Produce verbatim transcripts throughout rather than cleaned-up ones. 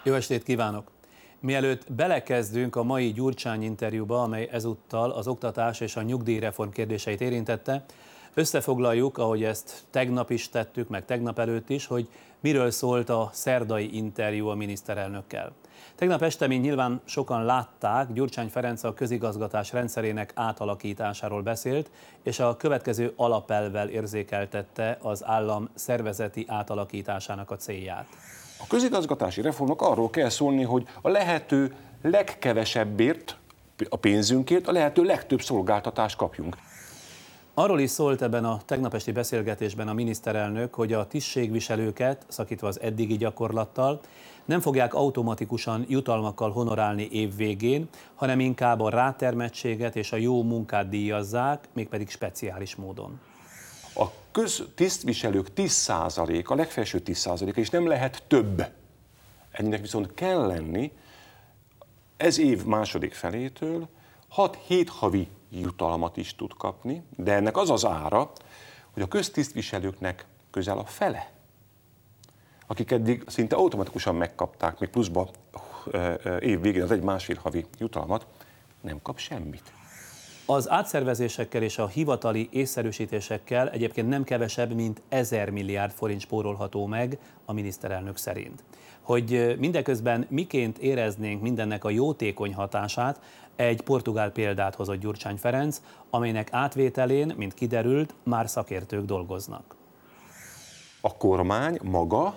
Jó estét kívánok! Mielőtt belekezdünk a mai Gyurcsány interjúba, amely ezúttal az oktatás és a nyugdíjreform kérdéseit érintette, összefoglaljuk, ahogy ezt tegnap is tettük, meg tegnap előtt is, hogy miről szólt a szerdai interjú a miniszterelnökkel. Tegnap este, mint nyilván sokan látták, Gyurcsány Ferenc a közigazgatás rendszerének átalakításáról beszélt, és a következő alapelvvel érzékeltette az állam szervezeti átalakításának a célját. A közigazgatási reformnak arról kell szólni, hogy a lehető legkevesebbért, a pénzünkért, a lehető legtöbb szolgáltatást kapjunk. Arról is szólt ebben a tegnap esti beszélgetésben a miniszterelnök, hogy a tisztségviselőket, szakítva az eddigi gyakorlattal, nem fogják automatikusan jutalmakkal honorálni év végén, hanem inkább a rátermettséget és a jó munkát díjazzák, mégpedig speciális módon. A köztisztviselők tíz százaléka, a legfelső tíz százaléka, és nem lehet több. Ennek viszont kell lenni ez év második felétől hat-hét havi jutalmat is tud kapni, de ennek az az ára, hogy a köztisztviselőknek közel a fele, akik eddig szinte automatikusan megkapták, még pluszba év végén az egy másfél havi jutalmat, nem kap semmit. Az átszervezésekkel és a hivatali észszerűsítésekkel egyébként nem kevesebb, mint ezer milliárd forint spórolható meg a miniszterelnök szerint. Hogy mindeközben miként éreznénk mindennek a jótékony hatását, egy portugál példát hozott Gyurcsány Ferenc, amelynek átvételén, mint kiderült, már szakértők dolgoznak. A kormány maga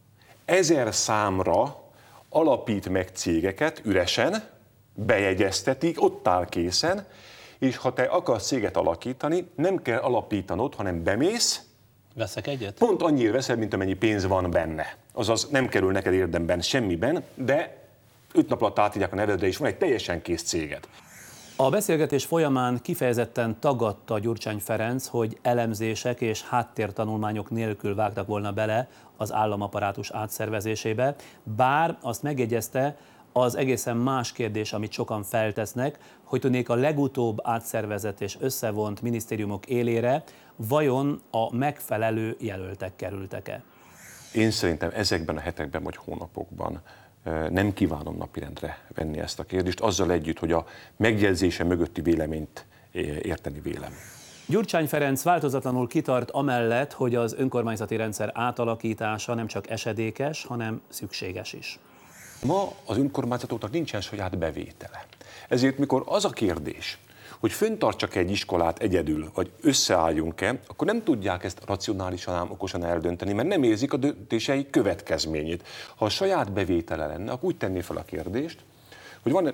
ezer számra alapít meg cégeket üresen, bejegyeztetik, ott áll készen, és ha te akarsz céget alakítani, nem kell alapítanod, hanem bemész, Veszek egyet? Pont annyira veszed, mint amennyi pénz van benne. Azaz nem kerül neked érdemben semmiben, de öt nap alatt átírják a nevedre, és van egy teljesen kész céged. A beszélgetés folyamán kifejezetten tagadta Gyurcsány Ferenc, hogy elemzések és háttértanulmányok nélkül vágtak volna bele az államaparátus átszervezésébe, bár azt megjegyezte, az egészen más kérdés, amit sokan feltesznek, hogy tudnék a legutóbb átszervezett és összevont minisztériumok élére vajon a megfelelő jelöltek kerültek-e? Én szerintem ezekben a hetekben vagy hónapokban nem kívánom napirendre venni ezt a kérdést, azzal együtt, hogy a megjegyzése mögötti véleményt érteni vélem. Gyurcsány Ferenc változatlanul kitart amellett, hogy az önkormányzati rendszer átalakítása nem csak esedékes, hanem szükséges is. Ma az önkormányzatoknak nincsen saját bevétele. Ezért mikor az a kérdés, hogy fönntartsak egy iskolát egyedül, vagy összeálljunk-e, akkor nem tudják ezt racionálisan, ám okosan eldönteni, mert nem érzik a döntései következményét. Ha a saját bevétele lenne, akkor úgy tenné fel a kérdést, hogy van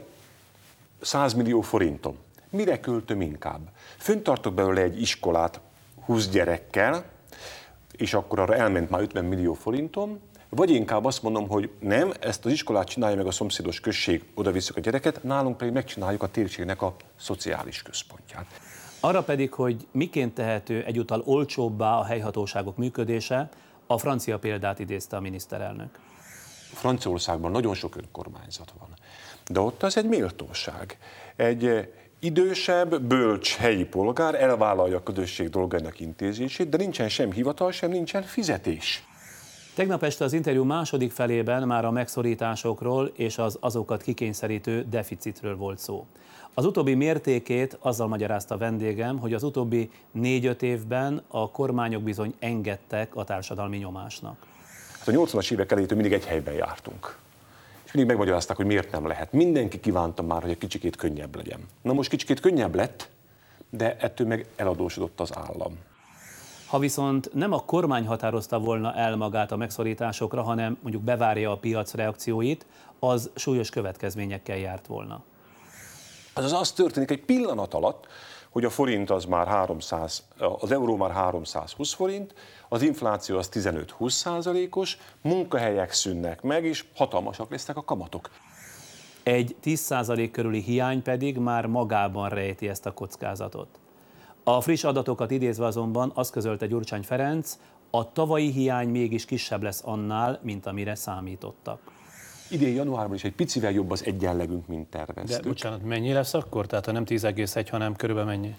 száz millió forintom, mire költöm inkább? Fönntartok belőle egy iskolát húsz gyerekkel, és akkor arra elment már ötven millió forintom, vagy inkább azt mondom, hogy nem, ezt az iskolát csinálja meg a szomszédos község, oda visszük a gyereket, nálunk pedig megcsináljuk a térségnek a szociális központját. Arra pedig, hogy miként tehető egyúttal olcsóbbá a helyhatóságok működése, a francia példát idézte a miniszterelnök. Franciaországban nagyon sok önkormányzat van, de ott az egy méltóság. Egy idősebb, bölcs helyi polgár elvállalja a közösség dolgainak intézését, de nincsen sem hivatal, sem nincsen fizetés. Tegnap este az interjú második felében már a megszorításokról és az azokat kikényszerítő deficitről volt szó. Az utóbbi mértékét azzal magyarázta vendégem, hogy az utóbbi négy-öt évben a kormányok bizony engedtek a társadalmi nyomásnak. Hát a nyolcvanas évek elejétől mindig egy helyben jártunk. És mindig megmagyarázták, hogy miért nem lehet. Mindenki kívánta már, hogy egy kicsikét könnyebb legyen. Na most kicsikét könnyebb lett, de ettől meg eladósodott az állam. Ha viszont nem a kormány határozta volna el magát a megszorításokra, hanem mondjuk bevárja a piac reakcióit, az súlyos következményekkel járt volna. Azaz az történik egy pillanat alatt, hogy a forint az már háromszáz, az euró már háromszázhúsz forint, az infláció az tizenöt-húsz százalékos, munkahelyek szűnnek meg, és hatalmasak lesznek a kamatok. Egy tíz százalék körüli hiány pedig már magában rejti ezt a kockázatot. A friss adatokat idézve azonban azt közölte Gyurcsány Ferenc, a tavalyi hiány mégis kisebb lesz annál, mint amire számítottak. Idén januárban is egy picivel jobb az egyenlegünk, mint terveztük. De bocsánat, mennyi lesz akkor? Tehát ha nem tíz egész egy, hanem körülbelül mennyi?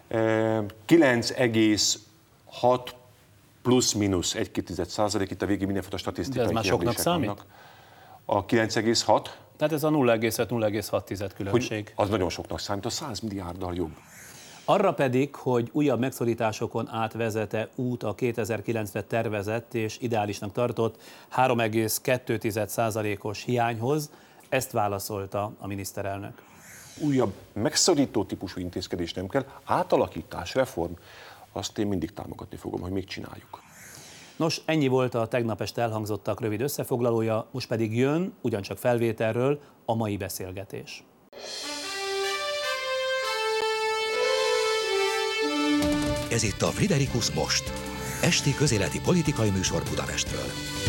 kilenc egész hat plusz-minusz egy-két százalék, itt a végén mindenfajta statisztikai kérdések vannak. számít? A kilenc egész hat? Tehát ez a nulla egész öt nulla egész hat különbség. Hogy az nagyon soknak számít, a száz milliárddal jobb. Arra pedig, hogy újabb megszorításokon átvezete út a kétezer-kilencre tervezett és ideálisnak tartott három egész kettő százalékos hiányhoz, ezt válaszolta a miniszterelnök. Újabb megszorító típusú intézkedés nem kell, átalakítás, reform, azt én mindig támogatni fogom, hogy még csináljuk. Nos, ennyi volt a tegnap este elhangzottak rövid összefoglalója, most pedig jön, ugyancsak felvételről, a mai beszélgetés. Ez itt a Friderikus Most, esti közéleti politikai műsor Budapestről.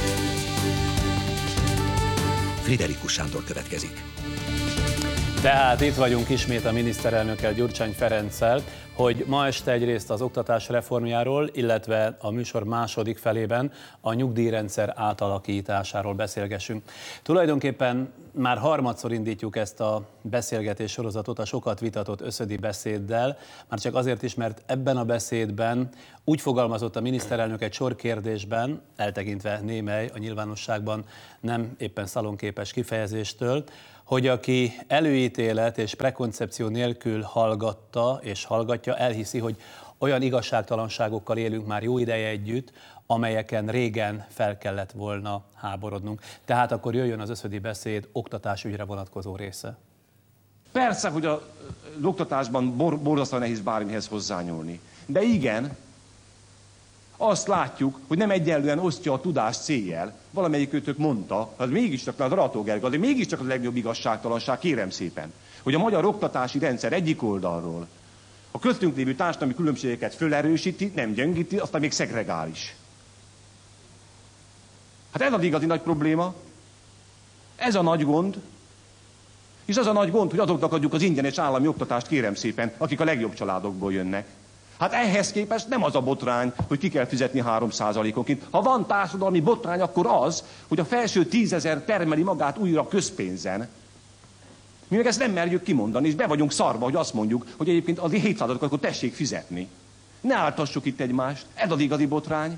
Friderikus Sándor következik. Tehát itt vagyunk ismét a miniszterelnökkel, Gyurcsány Ferenccel, hogy ma este egyrészt az oktatás reformjáról, illetve a műsor második felében a nyugdíjrendszer átalakításáról beszélgessünk. Tulajdonképpen már harmadszor indítjuk ezt a beszélgetés sorozatot a sokat vitatott Öszödi beszéddel, már csak azért is, mert ebben a beszédben úgy fogalmazott a miniszterelnök egy sor kérdésben, eltekintve némely a nyilvánosságban nem éppen szalonképes kifejezéstől, hogy aki előítélet és prekoncepció nélkül hallgatta és hallgatja, elhiszi, hogy olyan igazságtalanságokkal élünk már jó ideje együtt, amelyeken régen fel kellett volna háborodnunk. Tehát akkor jöjjön az Öszödi beszéd oktatásügyre vonatkozó része. Persze, hogy az oktatásban bor, borzasztóan nehéz bármihez hozzányúlni. De igen, azt látjuk, hogy nem egyenlően osztja a tudást céljel. Valamelyik őtök mondta, az mégiscsak, az Rató Gergely, de mégiscsak a legnagyobb igazságtalanság, kérem szépen, hogy a magyar oktatási rendszer egyik oldalról a köztünk lévő társadalmi különbségeket fölerősíti, nem gyöngíti, aztán még szegregális. Hát ez az igazi nagy probléma, ez a nagy gond, és az a nagy gond, hogy azoknak adjuk az ingyenes állami oktatást, kérem szépen, akik a legjobb családokból jönnek. Hát ehhez képest nem az a botrány, hogy ki kell fizetni három százalékonként. Ha van társadalmi botrány, akkor az, hogy a felső tízezer termeli magát újra közpénzen. Mi meg ezt nem merjük kimondani, és be vagyunk szarva, hogy azt mondjuk, hogy egyébként az hét százalékot akkor tessék fizetni. Ne áltassuk itt egymást, ez az igazi botrány.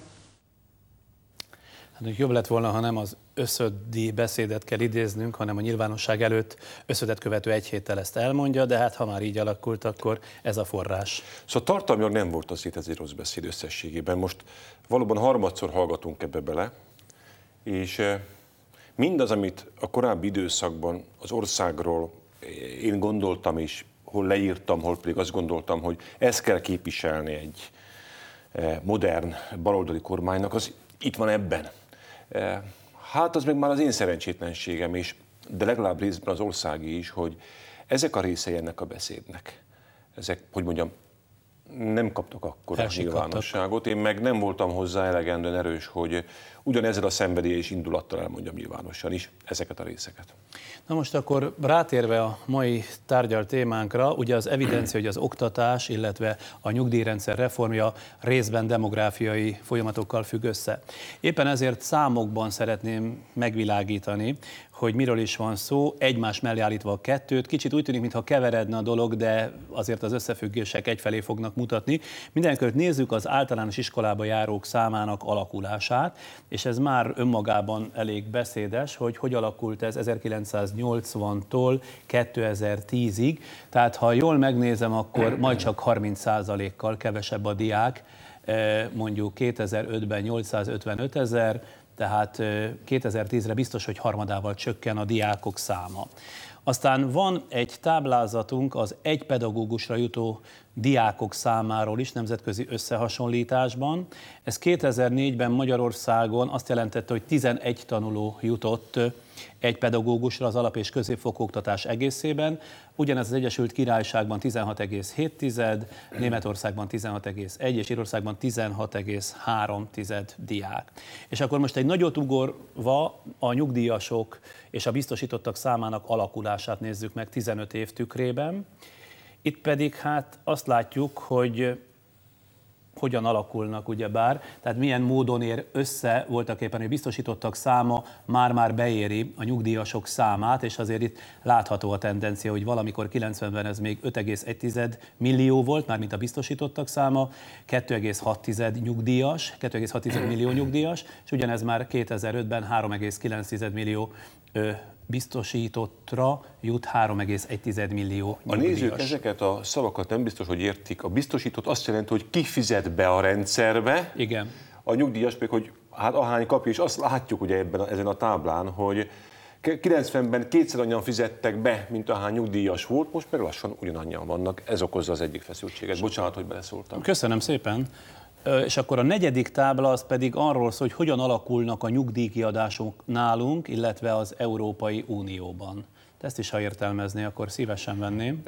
Hát jobb lett volna, ha nem az Öszödi beszédet kell idéznünk, hanem a nyilvánosság előtt Öszödet követő egy héttel ezt elmondja, de hát ha már így alakult, akkor ez a forrás. Szóval tartalmilag nem volt azért ez egy rossz beszéd összességében. Most valóban harmadszor hallgatunk ebbe bele, és mindaz, amit a korábbi időszakban az országról én gondoltam, és hol leírtam, hol pedig azt gondoltam, hogy ezt kell képviselni egy modern baloldali kormánynak, az itt van ebben. Hát az meg már az én szerencsétlenségem is, de legalább részben az országi is, hogy ezek a részei ennek a beszédnek, ezek, hogy mondjam, nem kaptak akkor a nyilvánosságot. Én meg nem voltam hozzá elegendően erős, hogy ugyanezzel a szenvedély és indulattal elmondjam nyilvánosan is ezeket a részeket. Na most akkor rátérve a mai tárgyalt témánkra, ugye az evidencia, hogy az oktatás, illetve a nyugdíjrendszer reformja részben demográfiai folyamatokkal függ össze. Éppen ezért számokban szeretném megvilágítani, hogy miről is van szó, egymás mellé állítva a kettőt. Kicsit úgy tűnik, mintha keveredne a dolog, de azért az összefüggések egyfelé fognak mutatni. Mindenekelőtt nézzük az általános iskolába járók számának alakulását, és ez már önmagában elég beszédes, hogy hogy alakult ez ezerkilencszáznyolcvantól kétezer-tízig. Tehát ha jól megnézem, akkor majd csak harminc százalékkal kevesebb a diák, mondjuk kétezer-ötben nyolcszázötvenöt ezer, tehát kétezer-tízre biztos, hogy harmadával csökken a diákok száma. Aztán van egy táblázatunk az egy pedagógusra jutó diákok számáról is nemzetközi összehasonlításban. Ez kétezer-négyben Magyarországon azt jelentette, hogy tizenegy tanuló jutott egy pedagógusra az alap- és középfokú oktatás egészében. Ugyanez az Egyesült Királyságban tizenhat egész hét, Németországban tizenhat egész egy és Írországban tizenhat egész három diák. És akkor most egy nagyot ugorva a nyugdíjasok és a biztosítottak számának alakulását nézzük meg tizenöt év tükrében. Itt pedig hát azt látjuk, hogy hogyan alakulnak ugyebár, tehát milyen módon ér össze voltak éppen, hogy biztosítottak száma már-már beéri a nyugdíjasok számát, és azért itt látható a tendencia, hogy valamikor kilencvenben ez még öt egész egy millió volt, mármint a biztosítottak száma, két egész hat nyugdíjas, két egész hat millió nyugdíjas, és ugyanez már kétezer-ötben három egész kilenc millió ö, biztosítottra jut három egész egy millió nyugdíjas. A nézők ezeket a szavakat nem biztos, hogy értik. A biztosított azt jelenti, hogy ki fizet be a rendszerbe. Igen. A nyugdíjas pedig, hogy hát ahány kapja, és azt látjuk ugye ebben a, ezen a táblán, hogy kilencvenben kétszer annyian fizettek be, mint ahány nyugdíjas volt, most meg lassan ugyanannyian vannak. Ez okozza az egyik feszültséget. Bocsánat, hogy beleszóltam. Köszönöm szépen. És akkor a negyedik tábla az pedig arról szól, hogy hogyan alakulnak a nyugdíjkiadások nálunk, illetve az Európai Unióban. De ezt is, ha értelmezni, akkor szívesen venném.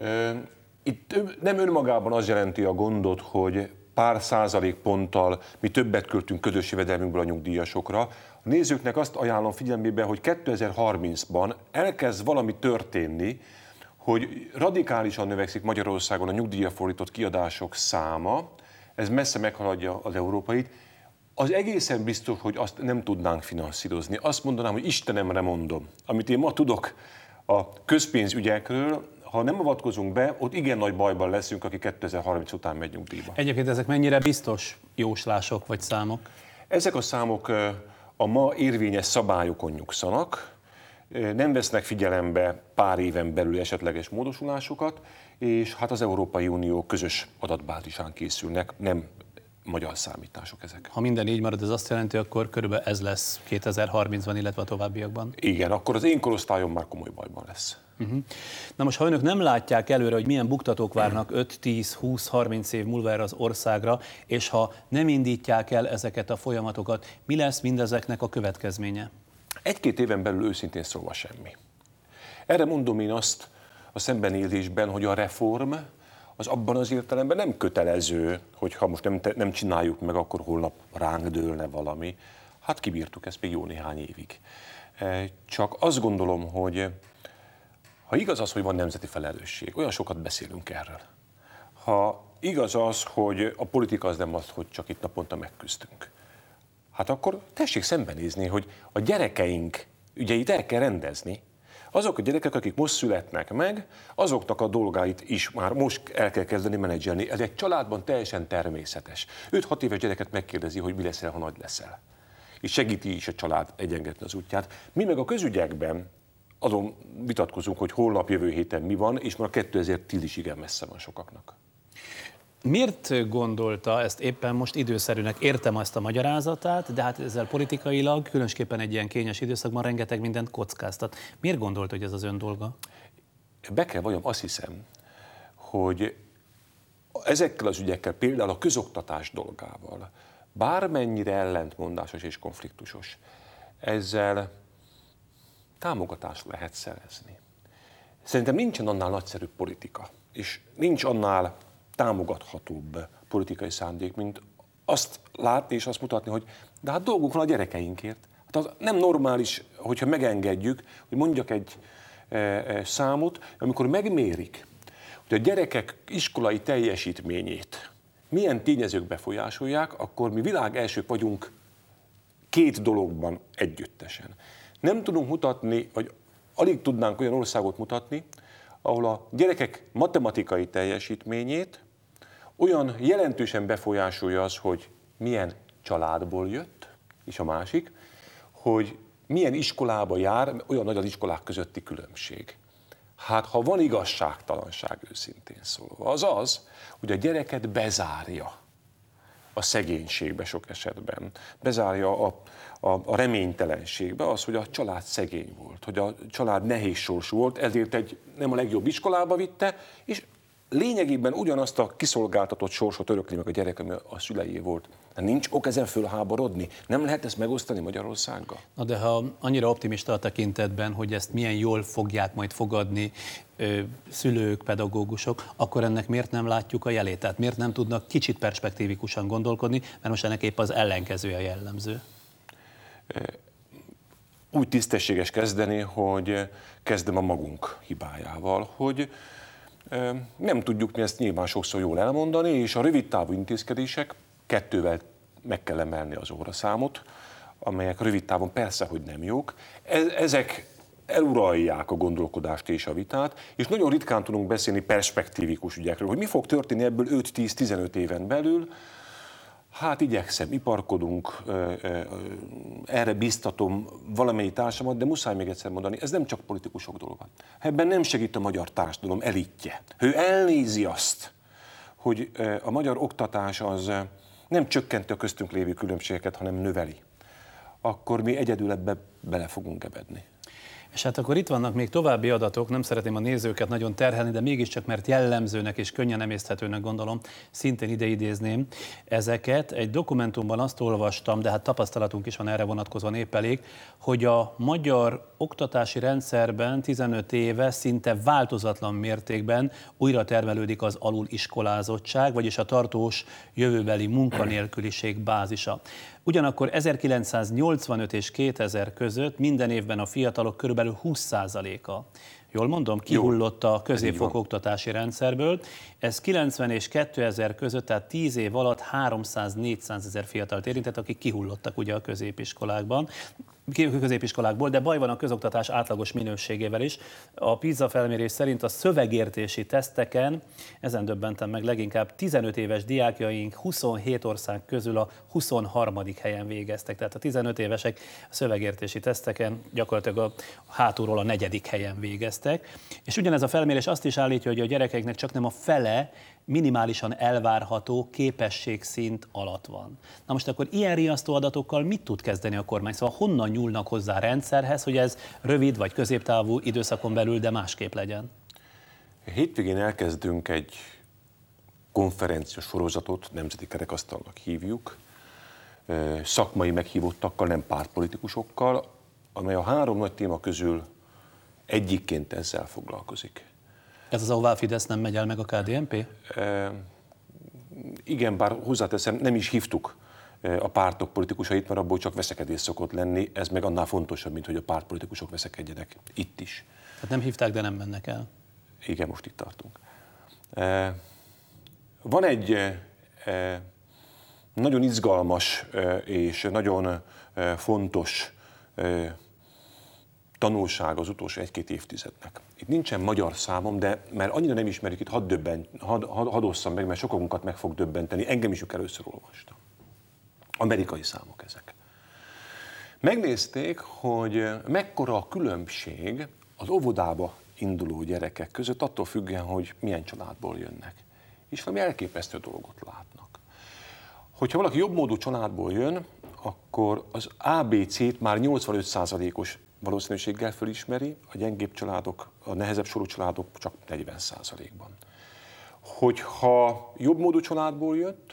Itt nem önmagában az jelenti a gondot, hogy pár százalékponttal mi többet költünk közös jövedelmünkből a nyugdíjasokra. A nézőknek azt ajánlom figyelmébe, hogy kétezer-harmincban elkezd valami történni, hogy radikálisan növekszik Magyarországon a nyugdíjra fordított kiadások száma, ez messze meghaladja az európait. Az egészen biztos, hogy azt nem tudnánk finanszírozni. Azt mondanám, hogy Istenemre mondom, amit én ma tudok a közpénzügyekről, ha nem avatkozunk be, ott igen nagy bajban leszünk, aki kétezer-harminc után megy nyugdíjba. Egyébként ezek mennyire biztos jóslások vagy számok? Ezek a számok a ma érvényes szabályokon nyugszanak, nem vesznek figyelembe pár éven belül esetleges módosulásokat, és hát az Európai Unió közös adatbázisán készülnek, nem magyar számítások ezek. Ha minden így marad, ez azt jelenti, akkor körülbelül ez lesz kétezer-harmincban, illetve a továbbiakban? Igen, akkor az én korosztályom már komoly bajban lesz. Uh-huh. Na most, ha önök nem látják előre, hogy milyen buktatók várnak öt, tíz, húsz, harminc év múlva erre az országra, és ha nem indítják el ezeket a folyamatokat, mi lesz mindezeknek a következménye? Egy-két éven belül őszintén szólva semmi. Erre mondom én azt a szembenézésben, hogy a reform az abban az értelemben nem kötelező, hogy ha most nem, te, nem csináljuk meg, akkor holnap ránk dőlne valami. Hát kibírtuk ezt még jó néhány évig. Csak azt gondolom, hogy ha igaz az, hogy van nemzeti felelősség, olyan sokat beszélünk erről. Ha igaz az, hogy a politika az nem az, hogy csak itt naponta megküzdünk, hát akkor tessék szembenézni, hogy a gyerekeink ügyeit el kell rendezni. Azok a gyerekek, akik most születnek meg, azoknak a dolgáit is már most el kell kezdeni menedzselni. Ez egy családban teljesen természetes. öt-hat éves gyereket megkérdezi, hogy mi leszel, ha nagy leszel. És segíti is a család egyengetni az útját. Mi meg a közügyekben azon vitatkozunk, hogy holnap, jövő héten mi van, és már kétezer-tíz is igen messze van sokaknak. Miért gondolta ezt éppen most időszerűnek? Értem ezt a magyarázatát, de hát ezzel politikailag, különösképpen egy ilyen kényes időszakban rengeteg mindent kockáztat. Miért gondolta, hogy ez az ön dolga? Be kell valljam, azt hiszem, hogy ezekkel az ügyekkel, például a közoktatás dolgával, bármennyire ellentmondásos és konfliktusos, ezzel támogatást lehet szerezni. Szerintem nincsen annál nagyszerűbb politika, és nincs annál támogathatóbb politikai szándék, mint azt látni és azt mutatni, hogy de hát dolgunk van a gyerekeinkért. Hát az nem normális, hogyha megengedjük, hogy mondjak egy e, e, számot, amikor megmérik, hogy a gyerekek iskolai teljesítményét milyen tényezők befolyásolják, akkor mi világ elsők vagyunk két dologban együttesen. Nem tudunk mutatni, vagy alig tudnánk olyan országot mutatni, ahol a gyerekek matematikai teljesítményét olyan jelentősen befolyásolja az, hogy milyen családból jött, és a másik, hogy milyen iskolába jár, olyan nagy az iskolák közötti különbség. Hát, ha van igazságtalanság őszintén szólva, az az, hogy a gyereket bezárja a szegénységbe sok esetben, bezárja a, a, a reménytelenségbe az, hogy a család szegény volt, hogy a család nehéz sorsú volt, ezért egy nem a legjobb iskolába vitte, és lényegében ugyanazt a kiszolgáltatott sorsot örökli meg a gyerek, ami a szüleié volt. Nincs ok ezen fölháborodni? Nem lehet ezt megosztani Magyarországgal? Na de ha annyira optimista a tekintetben, hogy ezt milyen jól fogják majd fogadni ö, szülők, pedagógusok, akkor ennek miért nem látjuk a jelét? Tehát miért nem tudnak kicsit perspektívikusan gondolkodni, mert most ennek épp az ellenkezője a jellemző? Úgy tisztességes kezdeni, hogy kezdem a magunk hibájával, hogy nem tudjuk mi ezt nyilván sokszor jól elmondani, és a rövidtávú intézkedések kettővel meg kell emelni az óraszámot, amelyek rövid távon persze, hogy nem jók. Ezek eluralják a gondolkodást és a vitát, és nagyon ritkán tudunk beszélni perspektívikus ügyekről, hogy mi fog történni ebből öt-tíz-tizenöt éven belül. Hát igyekszem, iparkodunk, erre biztatom valamennyi társamat, de muszáj még egyszer mondani, ez nem csak politikusok dolga. Ebben nem segít a magyar társadalom elitje. Ő elnézi azt, hogy a magyar oktatás az nem csökkenti a köztünk lévő különbségeket, hanem növeli. Akkor mi egyedül ebbe bele fogunk ebedni. És hát akkor itt vannak még további adatok, nem szeretném a nézőket nagyon terhelni, de mégiscsak, mert jellemzőnek és könnyen emészthetőnek gondolom, szintén ide idézném ezeket. Egy dokumentumban azt olvastam, de hát tapasztalatunk is van erre vonatkozóan épp elég, hogy a magyar oktatási rendszerben tizenöt éve szinte változatlan mértékben újra termelődik az aluliskolázottság, vagyis a tartós jövőbeli munkanélküliség bázisa. Ugyanakkor ezerkilencszáznyolcvanöt és kétezer között minden évben a fiatalok körülbelül húsz százaléka, jól mondom, kihullott a középfokú oktatási rendszerből. Ez kilencven és kétezer között, tehát tíz év alatt háromszáz-négyszázezer fiatalt érintett, akik kihullottak ugye a középiskolákban. középiskolákból, de baj van a közoktatás átlagos minőségével is. A PISA felmérés szerint a szövegértési teszteken, ezen döbbentem meg leginkább, tizenöt éves diákjaink huszonhét ország közül a huszonharmadik helyen végeztek. Tehát a tizenöt évesek a szövegértési teszteken gyakorlatilag a hátulról a negyedik helyen végeztek. És ugyanez a felmérés azt is állítja, hogy a gyerekeknek csak nem a fele minimálisan elvárható képességszint alatt van. Na most akkor ilyen riasztó adatokkal mit tud kezdeni a kormány? Szóval honnan nyúlnak hozzá a rendszerhez, hogy ez rövid vagy középtávú időszakon belül, de másképp legyen? Hétvégén elkezdünk egy konferencia sorozatot, nemzeti kerekasztalnak hívjuk, szakmai meghívottakkal, nem pártpolitikusokkal, amely a három nagy téma közül egyikként ezzel foglalkozik. Ez az, ahová Fidesz nem megy el, meg a ká dé en pé? E, igen, bár hozzáteszem, nem is hívtuk a pártok politikusait, mert abból csak veszekedés szokott lenni, ez meg annál fontosabb, mint hogy a pártpolitikusok veszekedjenek itt is. Tehát nem hívták, de nem mennek el? Igen, most itt tartunk. E, van egy e, nagyon izgalmas e, és nagyon e, fontos e, tanulság az utolsó egy-két évtizednek. Itt nincsen magyar számom, de mert annyira nem ismerjük, itt hadd, döbben, hadd, hadd, hadd osszam meg, mert sokagunkat meg fog döbbenteni. Engem is először olvastam. Amerikai számok ezek. Megnézték, hogy mekkora a különbség az óvodába induló gyerekek között, attól függően, hogy milyen családból jönnek. És valami elképesztő dolgot látnak. Hogyha valaki jobbmódú családból jön, akkor az á bé cét már nyolcvanöt százalékos valószínűséggel fölismeri, a gyengébb családok, a nehezebb sorú családok csak negyven százalékban. Hogyha jobbmódú családból jött,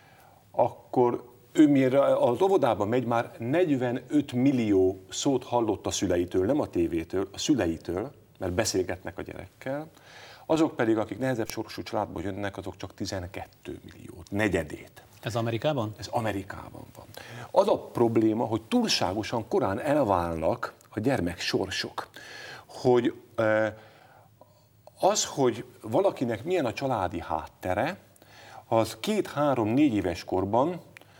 akkor ő mire az óvodába megy, már negyvenöt millió szót hallott a szüleitől, nem a tévétől, a szüleitől, mert beszélgetnek a gyerekkel. Azok pedig, akik nehezebb sorsú családból jönnek, azok csak tizenkét milliót, negyedét. Ez Amerikában? Ez Amerikában van. Az a probléma, hogy túlságosan korán elválnak a gyermek sorsok. Hogy az, hogy valakinek milyen a családi háttere, az két-három-négy éves korban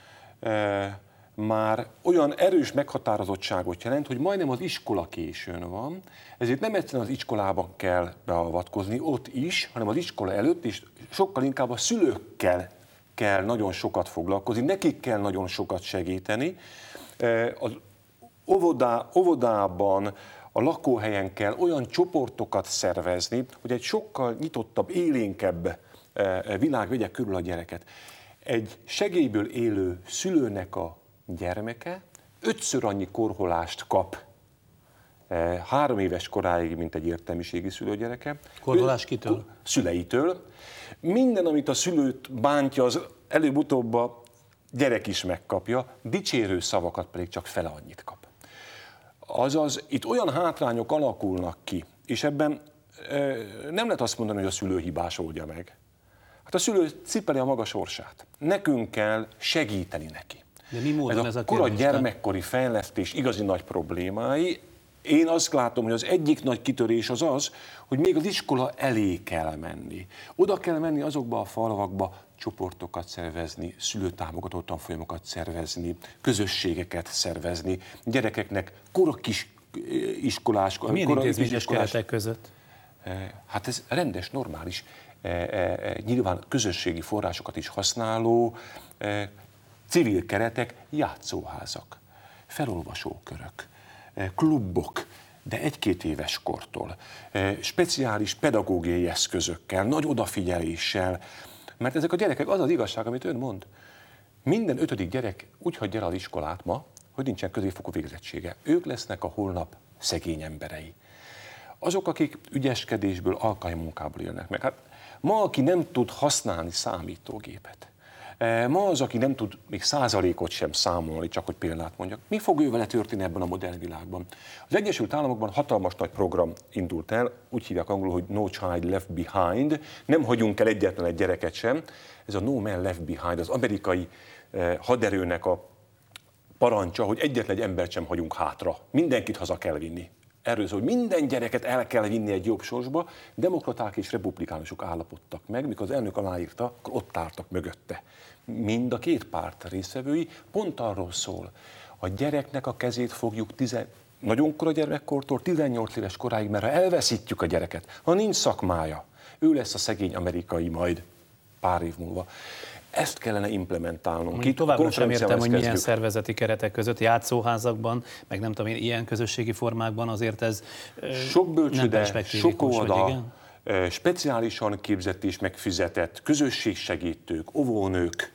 már olyan erős meghatározottságot jelent, hogy majdnem az iskola későn van, ezért nem egyszerűen az iskolában kell beavatkozni, ott is, hanem az iskola előtt is, sokkal inkább a szülőkkel kell nagyon sokat foglalkozni, nekik kell nagyon sokat segíteni. Az óvodá, óvodában, a lakóhelyen kell olyan csoportokat szervezni, hogy egy sokkal nyitottabb, élénkebb világ vegye körül a gyereket. Egy segélyből élő szülőnek a gyermeke ötször annyi korholást kap három éves koráig, mint egy értelmiségi szülőgyereke. Korholás kitől? Szüleitől. Minden, amit a szülőt bántja, az előbb-utóbb a gyerek is megkapja, dicsérő szavakat pedig csak fele annyit kap. Azaz, itt olyan hátrányok alakulnak ki, és ebben e, nem lehet azt mondani, hogy a szülő hibás oldja meg. Hát a szülő cipeli a maga sorsát. Nekünk kell segíteni neki. De mi módon ez, ez a, a kora gyermekkori fejlesztés igazi nagy problémái. Én azt látom, hogy az egyik nagy kitörés az az, hogy még az iskola elé kell menni. Oda kell menni azokba a falvakba, csoportokat szervezni, szülőtámogató tanfolyamokat szervezni, közösségeket szervezni, gyerekeknek korakis iskolás... Milyen intézményes keretek között? Hát ez rendes, normális, nyilván közösségi forrásokat is használó civil keretek, játszóházak, felolvasókörök, klubok, de egy-két éves kortól, speciális pedagógiai eszközökkel, nagy odafigyeléssel, mert ezek a gyerekek, az az igazság, amit ön mond, minden ötödik gyerek úgy hagyja el az iskolát ma, hogy nincsen középfokú végzettsége. Ők lesznek a holnap szegény emberei. Azok, akik ügyeskedésből, alkalmi-munkából élnek meg. Hát ma, aki nem tud használni számítógépet, ma az, aki nem tud még százalékot sem számolni, csak hogy példát mondjak, mi fog ő vele történni ebben a modern világban? Az Egyesült Államokban hatalmas nagy program indult el, úgy hívják angolul, hogy No Child Left Behind, nem hagyunk el egyetlen egy gyereket sem. Ez a No Man Left Behind, az amerikai haderőnek a parancsa, hogy egyetlen egy embert sem hagyunk hátra, mindenkit haza kell vinni. Erről szól, hogy minden gyereket el kell vinni egy jobb sorsba, demokraták és republikánusok állapodtak meg, mikor az elnök aláírta, akkor ott álltak mögötte. Mind a két párt résztvevői pont arról szól, a gyereknek a kezét fogjuk tizen... nagyon kora gyermekkortól tizennyolc éves koráig, mert ha elveszítjük a gyereket, ha nincs szakmája, ő lesz a szegény amerikai majd pár év múlva. Ezt kellene implementálnunk. Itt továbbra sem értem, hogy milyen szervezeti keretek között, játszóházakban, meg nem tudom én, ilyen közösségi formákban azért ez sok bölcsőde, sok óvoda, speciálisan képzett és megfizetett közösségsegítők, óvónők,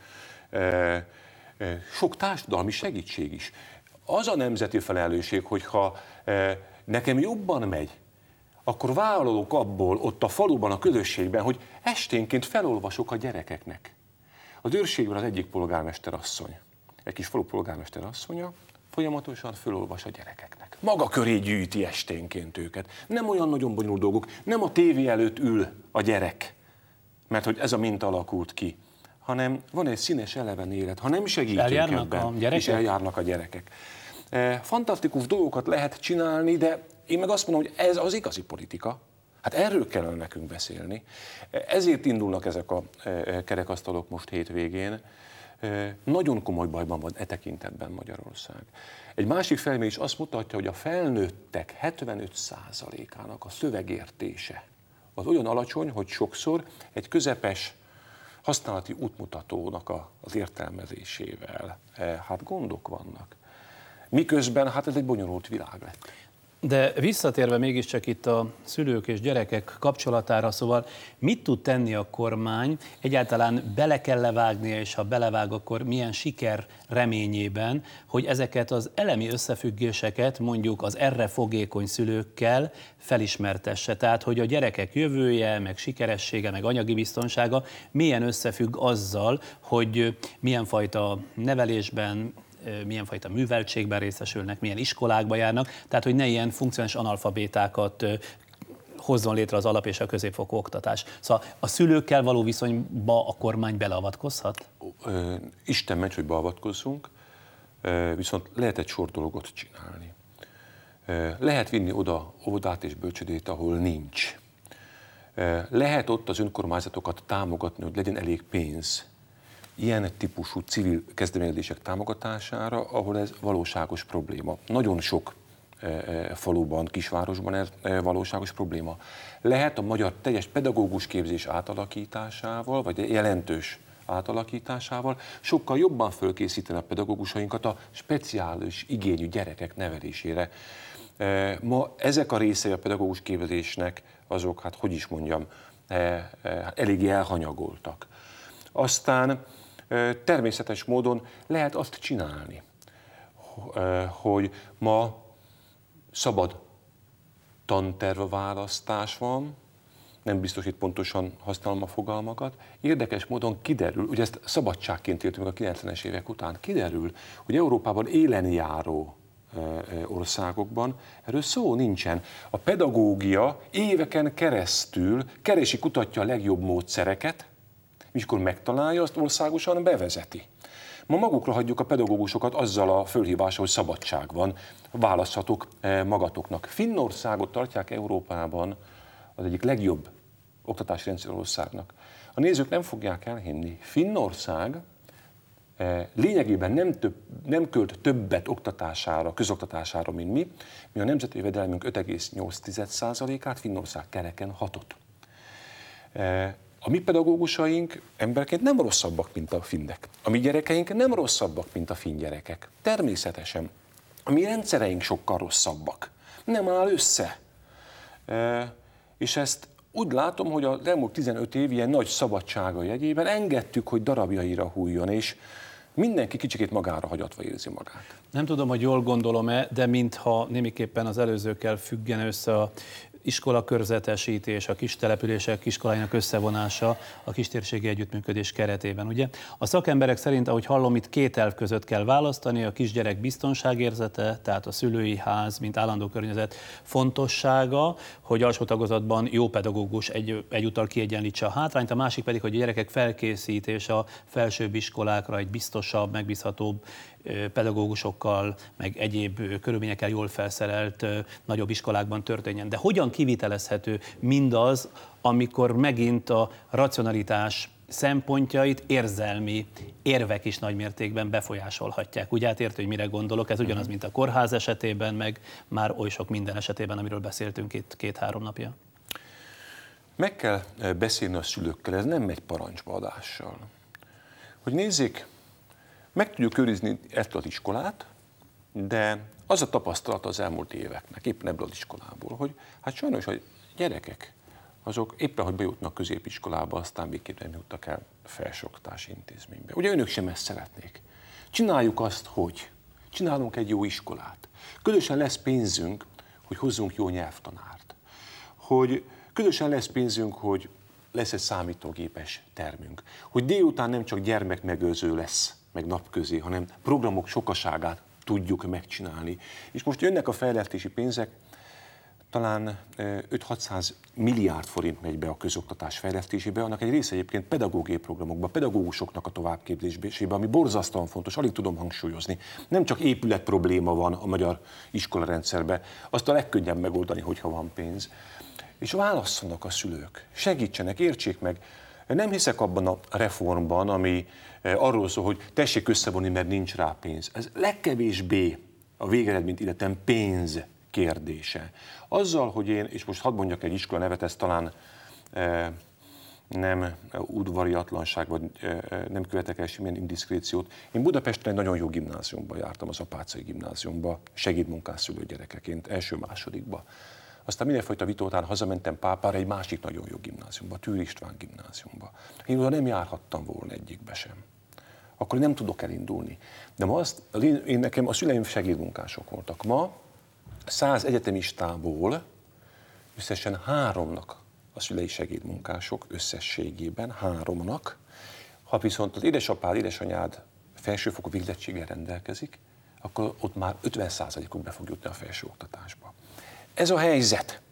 sok társadalmi segítség is. Az a nemzeti felelősség, hogyha nekem jobban megy, akkor vállalok abból ott a faluban, a közösségben, hogy esténként felolvasok a gyerekeknek. Az őrségben az egyik polgármester asszony, egy kis falu polgármester asszonya folyamatosan felolvas a gyerekeknek. Maga köré gyűjti esténként őket. Nem olyan nagyon bonyolult dolgok, nem a tévé előtt ül a gyerek, mert hogy ez a minta alakult ki, hanem van egy színes, eleven élet. Ha nem segítünk eljárnak ebben, a gyerekek? és eljárnak a gyerekek. Fantasztikus dolgokat lehet csinálni, de én meg azt mondom, hogy ez az igazi politika. Hát erről kellene nekünk beszélni. Ezért indulnak ezek a kerekasztalok most hétvégén. Nagyon komoly bajban van e tekintetben Magyarország. Egy másik felmérés azt mutatja, hogy a felnőttek hetvenöt százalékának a szövegértése az olyan alacsony, hogy sokszor egy közepes használati útmutatónak az értelmezésével hát gondok vannak. Miközben hát ez egy bonyolult világ lett. De visszatérve mégiscsak itt a szülők és gyerekek kapcsolatára, szóval mit tud tenni a kormány? Egyáltalán bele kell levágnia, és ha belevág, akkor milyen siker reményében, hogy ezeket az elemi összefüggéseket mondjuk az erre fogékony szülőkkel felismertesse. Tehát, hogy a gyerekek jövője, meg sikeressége, meg anyagi biztonsága milyen összefügg azzal, hogy milyen fajta nevelésben, milyen fajta műveltségben részesülnek, milyen iskolákba járnak, tehát hogy ne ilyen funkcionális analfabétákat hozzon létre az alap és a középfokú oktatás. Szóval a szülőkkel való viszonyba a kormány beleavatkozhat? Isten ments, hogy beavatkozzunk, viszont lehet egy sor dolgot csinálni. Lehet vinni oda óvodát és bölcsödét, ahol nincs. Lehet ott az önkormányzatokat támogatni, hogy legyen elég pénz ilyen típusú civil kezdeményezések támogatására, ahol ez valóságos probléma. Nagyon sok e, e, faluban, kisvárosban ez e, valóságos probléma. Lehet a magyar teljes pedagógus képzés átalakításával, vagy jelentős átalakításával sokkal jobban fölkészíteni a pedagógusainkat a speciális igényű gyerekek nevelésére. E, ma ezek a részei a pedagógus képzésnek, azok, hát hogy is mondjam, e, e, eléggé elhanyagoltak. Aztán természetes módon lehet azt csinálni, hogy ma szabad tantervválasztás van, nem biztos, hogy pontosan használom a fogalmakat, érdekes módon kiderül, ugye ezt szabadságként éltünk a kilencvenes évek után, kiderül, hogy Európában élen járó országokban erről szó nincsen. A pedagógia éveken keresztül keresi, kutatja a legjobb módszereket, és akkor megtalálja, azt országosan bevezeti. Ma magukra hagyjuk a pedagógusokat azzal a fölhívással, hogy szabadság van, választhatok magatoknak. Finnországot tartják Európában az egyik legjobb oktatási rendszer országnak. A nézők nem fogják elhinni. Finnország lényegében nem, több, nem költ többet oktatására, közoktatására, mint mi. Mi a nemzeti jövedelmünk öt egész nyolc százalékát, Finnország kereken hatot. A mi pedagógusaink emberként nem rosszabbak, mint a finnek. A mi gyerekeink nem rosszabbak, mint a finn gyerekek. Természetesen. A mi rendszereink sokkal rosszabbak. Nem áll össze. És ezt úgy látom, hogy az elmúlt tizenöt év ilyen nagy szabadsága jegyében engedtük, hogy darabjaira hulljon, és mindenki kicsikét magára hagyatva érzi magát. Nem tudom, hogy jól gondolom-e, de mintha némiképpen az előzőkkel függene össze a iskola körzetesítés, a kis települések iskoláinak összevonása a kistérségi együttműködés keretében. Ugye? A szakemberek szerint, ahogy hallom, itt két elv között kell választani, a kisgyerek biztonságérzete, tehát a szülői ház, mint állandó környezet fontossága, hogy alsó tagozatban jó pedagógus egy, egyúttal kiegyenlítse a hátrányt, a másik pedig, hogy a gyerekek felkészítése a felsőbb iskolákra egy biztosabb, megbízhatóbb pedagógusokkal, meg egyéb körülményekkel jól felszerelt nagyobb iskolákban történjen. De hogyan kivitelezhető mindaz, amikor megint a racionalitás szempontjait érzelmi érvek is nagymértékben befolyásolhatják. Úgy átértő, hogy mire gondolok, ez ugyanaz, mint a kórház esetében, meg már oly sok minden esetében, amiről beszéltünk itt két-három napja. Meg kell beszélni a szülőkkel, ez nem megy parancsbaadással. Hogy nézzék, meg tudjuk őrizni ezt az iskolát, de az a tapasztalat az elmúlt éveknek, éppen ebből az iskolából, hogy hát sajnos a gyerekek, azok éppen, hogy bejutnak középiskolába, aztán végképp nem jutnak el felsőoktatási intézménybe. Ugye önök sem ezt szeretnék. Csináljuk azt, hogy csinálunk egy jó iskolát. Közösen lesz pénzünk, hogy hozzunk jó nyelvtanárt. Hogy közösen lesz pénzünk, hogy lesz egy számítógépes termünk. Hogy délután nem csak gyermekmegőrző lesz, meg napközé, hanem programok sokaságát tudjuk megcsinálni. És most jönnek a fejlesztési pénzek, talán öt-hatszáz milliárd forint megy be a közoktatás fejlesztésébe, annak egy része egyébként pedagógiai programokba, pedagógusoknak a továbbképzésébe, ami borzasztóan fontos, alig tudom hangsúlyozni. Nem csak épület probléma van a magyar iskolarendszerben, azt a legkönnyebb megoldani, hogyha van pénz. És válasszanak a szülők, segítsenek, értsék meg. Nem hiszek abban a reformban, ami arról szól, hogy tessék összevonni, mert nincs rá pénz. Ez legkevésbé a végeredményt illetően pénz kérdése. Azzal, hogy én, és most hadd mondjak egy iskola nevet, ez talán e, nem udvariatlanság, vagy e, nem követek el semmilyen indiszkréciót. Én Budapesten egy nagyon jó gimnáziumba jártam, az Apáczai gimnáziumba, segédmunkás szülő gyerekeként, első-másodikba. Aztán mindenfajta vita után hazamentem Pápára egy másik nagyon jó gimnáziumba, Tűr István gimnáziumba. Én oda nem járhattam volna egyikbe sem. Akkor nem tudok elindulni. De ma azt, én, én nekem a szüleim segédmunkások voltak. Ma száz egyetemistából összesen háromnak a szülei segédmunkások, összességében háromnak. Ha viszont az édesapád, édesanyád felsőfokú végzettséggel rendelkezik, akkor ott már ötven százalékuk be fog jutni a felsőoktatásba. Ez a helyzet.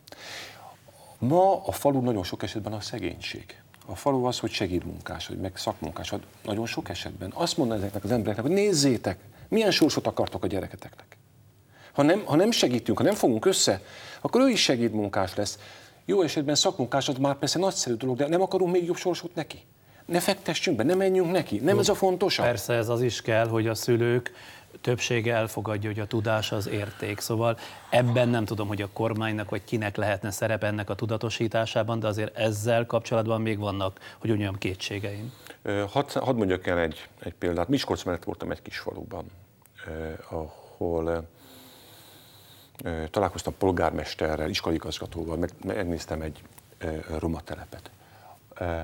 Ma a falu nagyon sok esetben a szegénység. A falu az, hogy segédmunkás, hogy meg szakmunkás, nagyon sok esetben. Azt mondaná ezeknek az embereknek, hogy nézzétek, milyen sorsot akartok a gyereketeknek. Ha nem, ha nem segítünk, ha nem fogunk össze, akkor ő is segédmunkás lesz. Jó esetben szakmunkás, az már persze nagyszerű dolog, de nem akarunk még jobb sorsot neki. Ne fektessünk be, ne menjünk neki. Nem jó, ez a fontosabb? Persze ez az is kell, hogy a szülők többsége elfogadja, hogy a tudás az érték. Szóval ebben nem tudom, hogy a kormánynak vagy kinek lehetne szerep ennek a tudatosításában, de azért ezzel kapcsolatban még vannak, hogy olyan kétségeim. Hadd had mondjak el egy, egy példát. Miskolc mellett voltam egy kis faluban, eh, ahol eh, találkoztam polgármesterrel, iskolaigazgatóval, meg, megnéztem egy eh, roma telepet. Eh,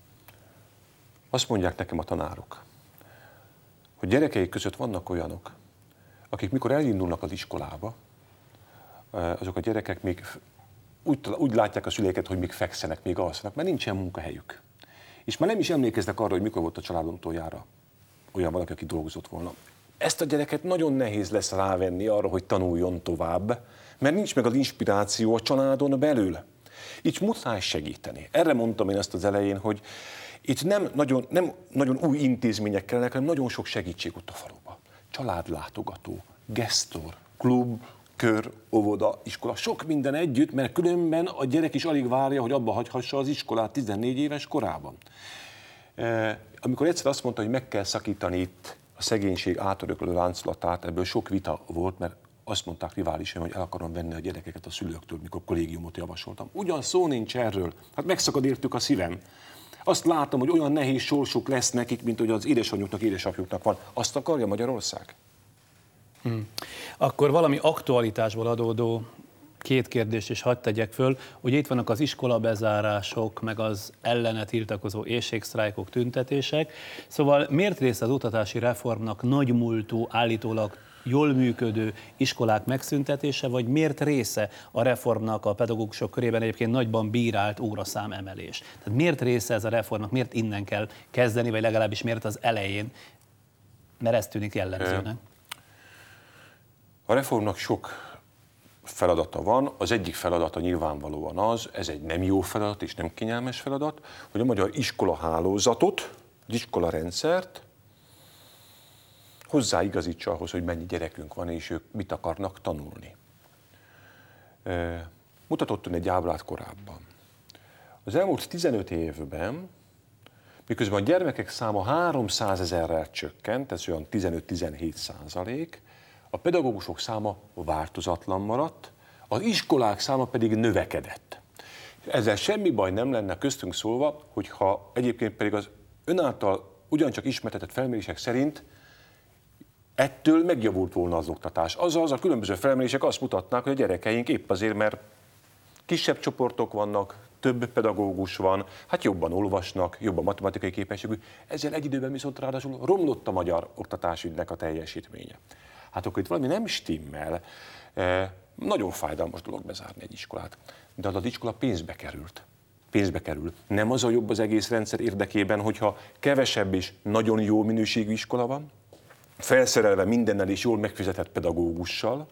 azt mondják nekem a tanárok, hogy gyerekeik között vannak olyanok, akik mikor elindulnak az iskolába, azok a gyerekek még úgy, úgy látják a szüleiket, hogy még fekszenek, még alszanak, mert nincsen munkahelyük. És már nem is emlékeznek arra, hogy mikor volt a családon utoljára olyan valaki, aki dolgozott volna. Ezt a gyereket nagyon nehéz lesz rávenni arra, hogy tanuljon tovább, mert nincs meg az inspiráció a családon belül. Így muszáj segíteni. Erre mondtam én ezt az elején, hogy itt nem nagyon, nem nagyon új intézmények kellenek, hanem nagyon sok segítség ott a faluba. Családlátogató, gesztor, klub, kör, óvoda, iskola, sok minden együtt, mert különben a gyerek is alig várja, hogy abba hagyhassa az iskolát tizennégy éves korában. E, amikor egyszer azt mondta, hogy meg kell szakítani itt a szegénység átöröklő láncolatát, ebből sok vita volt, mert azt mondták riválisaim, hogy el akarom venni a gyerekeket a szülőktől, mikor kollégiumot javasoltam. Ugyan szó nincs erről, hát megszakad értük a szívem. Azt látom, hogy olyan nehéz sorsuk lesz nekik, mint hogy az édesanyjuknak, édesapjuknak van. Azt akarja Magyarország? Hmm. Akkor valami aktualitásból adódó két kérdést is hadd tegyek föl. Ugye itt vannak az iskolabezárások, meg az ellene tiltakozó éhségsztrájkok, tüntetések. Szóval miért része az oktatási reformnak nagymúltú, állítólag jól működő iskolák megszüntetése, vagy miért része a reformnak a pedagógusok körében egyébként nagyban bírált óraszám emelés? Tehát miért része ez a reformnak, miért innen kell kezdeni, vagy legalábbis miért az elején, mert ez tűnik jellemzőnek? A reformnak sok feladata van. Az egyik feladata nyilvánvalóan az, ez egy nem jó feladat és nem kényelmes feladat, hogy a magyar iskolahálózatot, az iskolarendszert hozzáigazítsa ahhoz, hogy mennyi gyerekünk van, és ők mit akarnak tanulni. Mutatott ön egy ábrát korábban. Az elmúlt tizenöt évben, miközben a gyermekek száma háromszázezerrel csökkent, ez olyan tizenöt-tizenhét százalék, a pedagógusok száma változatlan maradt, az iskolák száma pedig növekedett. Ezzel semmi baj nem lenne köztünk szólva, hogyha egyébként pedig az ön által ugyancsak ismertetett felmérések szerint ettől megjavult volna az oktatás. Azaz a különböző felmérések azt mutatnák, hogy a gyerekeink épp azért, mert kisebb csoportok vannak, több pedagógus van, hát jobban olvasnak, jobb a matematikai képességük, ezzel egy időben viszont ráadásul romlott a magyar oktatásügynek a teljesítménye. Hát akkor itt valami nem stimmel. E, nagyon fájdalmas dolog bezárni egy iskolát, de az az iskola pénzbe került. Pénzbe kerül. Nem az a jobb az egész rendszer érdekében, hogyha kevesebb és nagyon jó minőségű iskola van, felszerelve mindennel és jól megfizetett pedagógussal,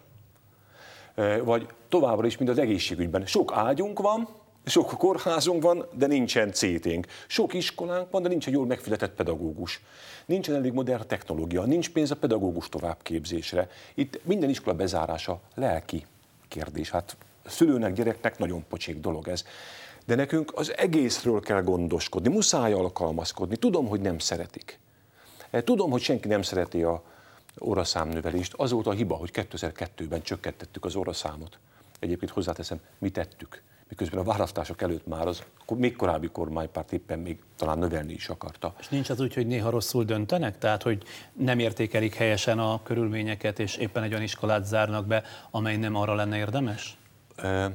vagy továbbra is, mint az egészségügyben. Sok ágyunk van, sok kórházunk van, de nincsen cé té-nk. Sok iskolánk van, de nincs egy jól megfizetett pedagógus. Nincsen elég modern technológia, nincs pénz a pedagógus továbbképzésre. Itt minden iskola bezárása lelki kérdés. Hát szülőnek, gyereknek nagyon pocsék dolog ez. De nekünk az egészről kell gondoskodni, muszáj alkalmazkodni. Tudom, hogy nem szeretik. Tudom, hogy senki nem szereti a óraszámnövelést. Az volt a hiba, hogy kétezer-kettőben csökkentettük az óraszámot. Egyébként hozzáteszem, mi tettük. Miközben a választások előtt már az még korábbi kormánypárt éppen még talán növelni is akarta. És nincs az úgy, hogy néha rosszul döntenek? Tehát, hogy nem értékelik helyesen a körülményeket, és éppen egy olyan iskolát zárnak be, amely nem arra lenne érdemes? E,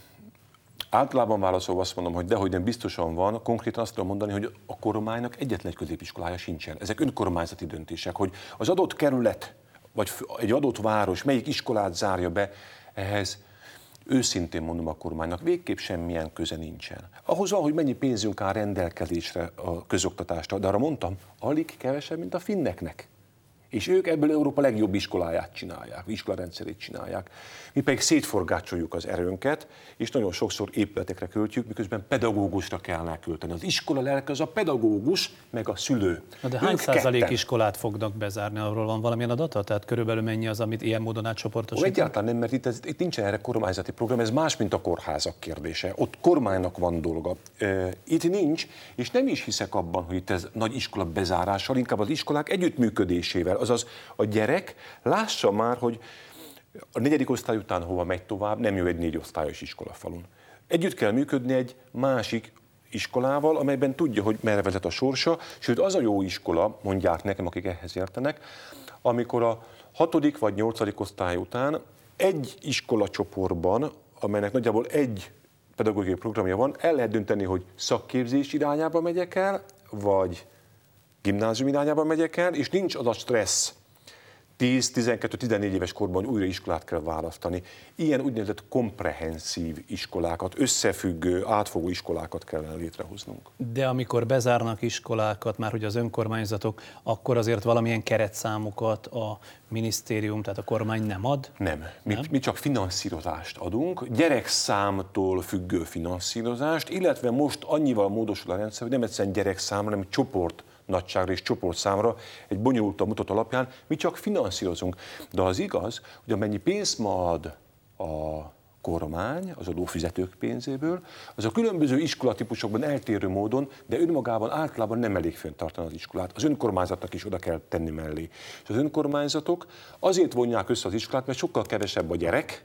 általában válaszolva azt mondom, hogy dehogy nem biztosan van, konkrétan azt tudom mondani, hogy a kormánynak egyetlen egy középiskolája sincsen. Ezek önkormányzati döntések, hogy az adott kerület, vagy egy adott város melyik iskolát zárja be, ehhez őszintén mondom a kormánynak, végképp semmilyen köze nincsen. Ahhoz van, hogy mennyi pénzünk áll rendelkezésre a közoktatásra, de arra mondtam, alig kevesebb, mint a finneknek. És ők ebből Európa legjobb iskoláját csinálják, iskolarendszerét csinálják. Mi pedig szétforgácsoljuk az erőnket, és nagyon sokszor épületekre költjük, miközben pedagógusra kellene költeni. Az iskola lelke az a pedagógus, meg a szülő. Na de hány százalék iskolát fognak bezárni? Arról van valamilyen adata? Tehát körülbelül mennyi az, amit ilyen módon átcsoportosítanak? Egyáltalán nem, mert itt, ez, itt nincsen erre kormányzati program, ez más, mint a kórházak kérdése. Ott kormánynak van dolga. Itt nincs, és nem is hiszek abban, hogy itt ez nagy iskola bezárással, inkább az iskolák együttműködésével. Azaz a gyerek lássa már, hogy a negyedik osztály után hova megy tovább, nem jó egy négy osztályos iskola falun. Együtt kell működni egy másik iskolával, amelyben tudja, hogy merre vezet a sorsa, sőt az a jó iskola, mondják nekem, akik ehhez értenek, amikor a hatodik vagy nyolcadik osztály után egy iskolacsoportban, amelynek nagyjából egy pedagógiai programja van, el lehet dönteni, hogy szakképzés irányába megyek el, vagy gimnázium irányába megyek el, és nincs az a stressz, tíz-tizenkettő-tizennégy éves korban újra iskolát kell választani. Ilyen úgynevezett komprehenszív iskolákat, összefüggő, átfogó iskolákat kellene létrehoznunk. De amikor bezárnak iskolákat, már hogy az önkormányzatok, akkor azért valamilyen keretszámokat a minisztérium, tehát a kormány nem ad? Nem. Mi, nem? mi csak finanszírozást adunk, gyerekszámtól függő finanszírozást, illetve most annyival módosul a rendszer, hogy nem egyszerűen gyerekszám, hanem csoport nagyságra és csoportszámra egy bonyolultabb mutat alapján mi csak finanszírozunk. De az igaz, hogy amennyi pénzt ma ad a kormány az adófizetők pénzéből, az a különböző iskolatípusokban eltérő módon, de önmagában általában nem elég fenntartani az iskolát. Az önkormányzatnak is oda kell tenni mellé. És az önkormányzatok azért vonják össze az iskolát, mert sokkal kevesebb a gyerek,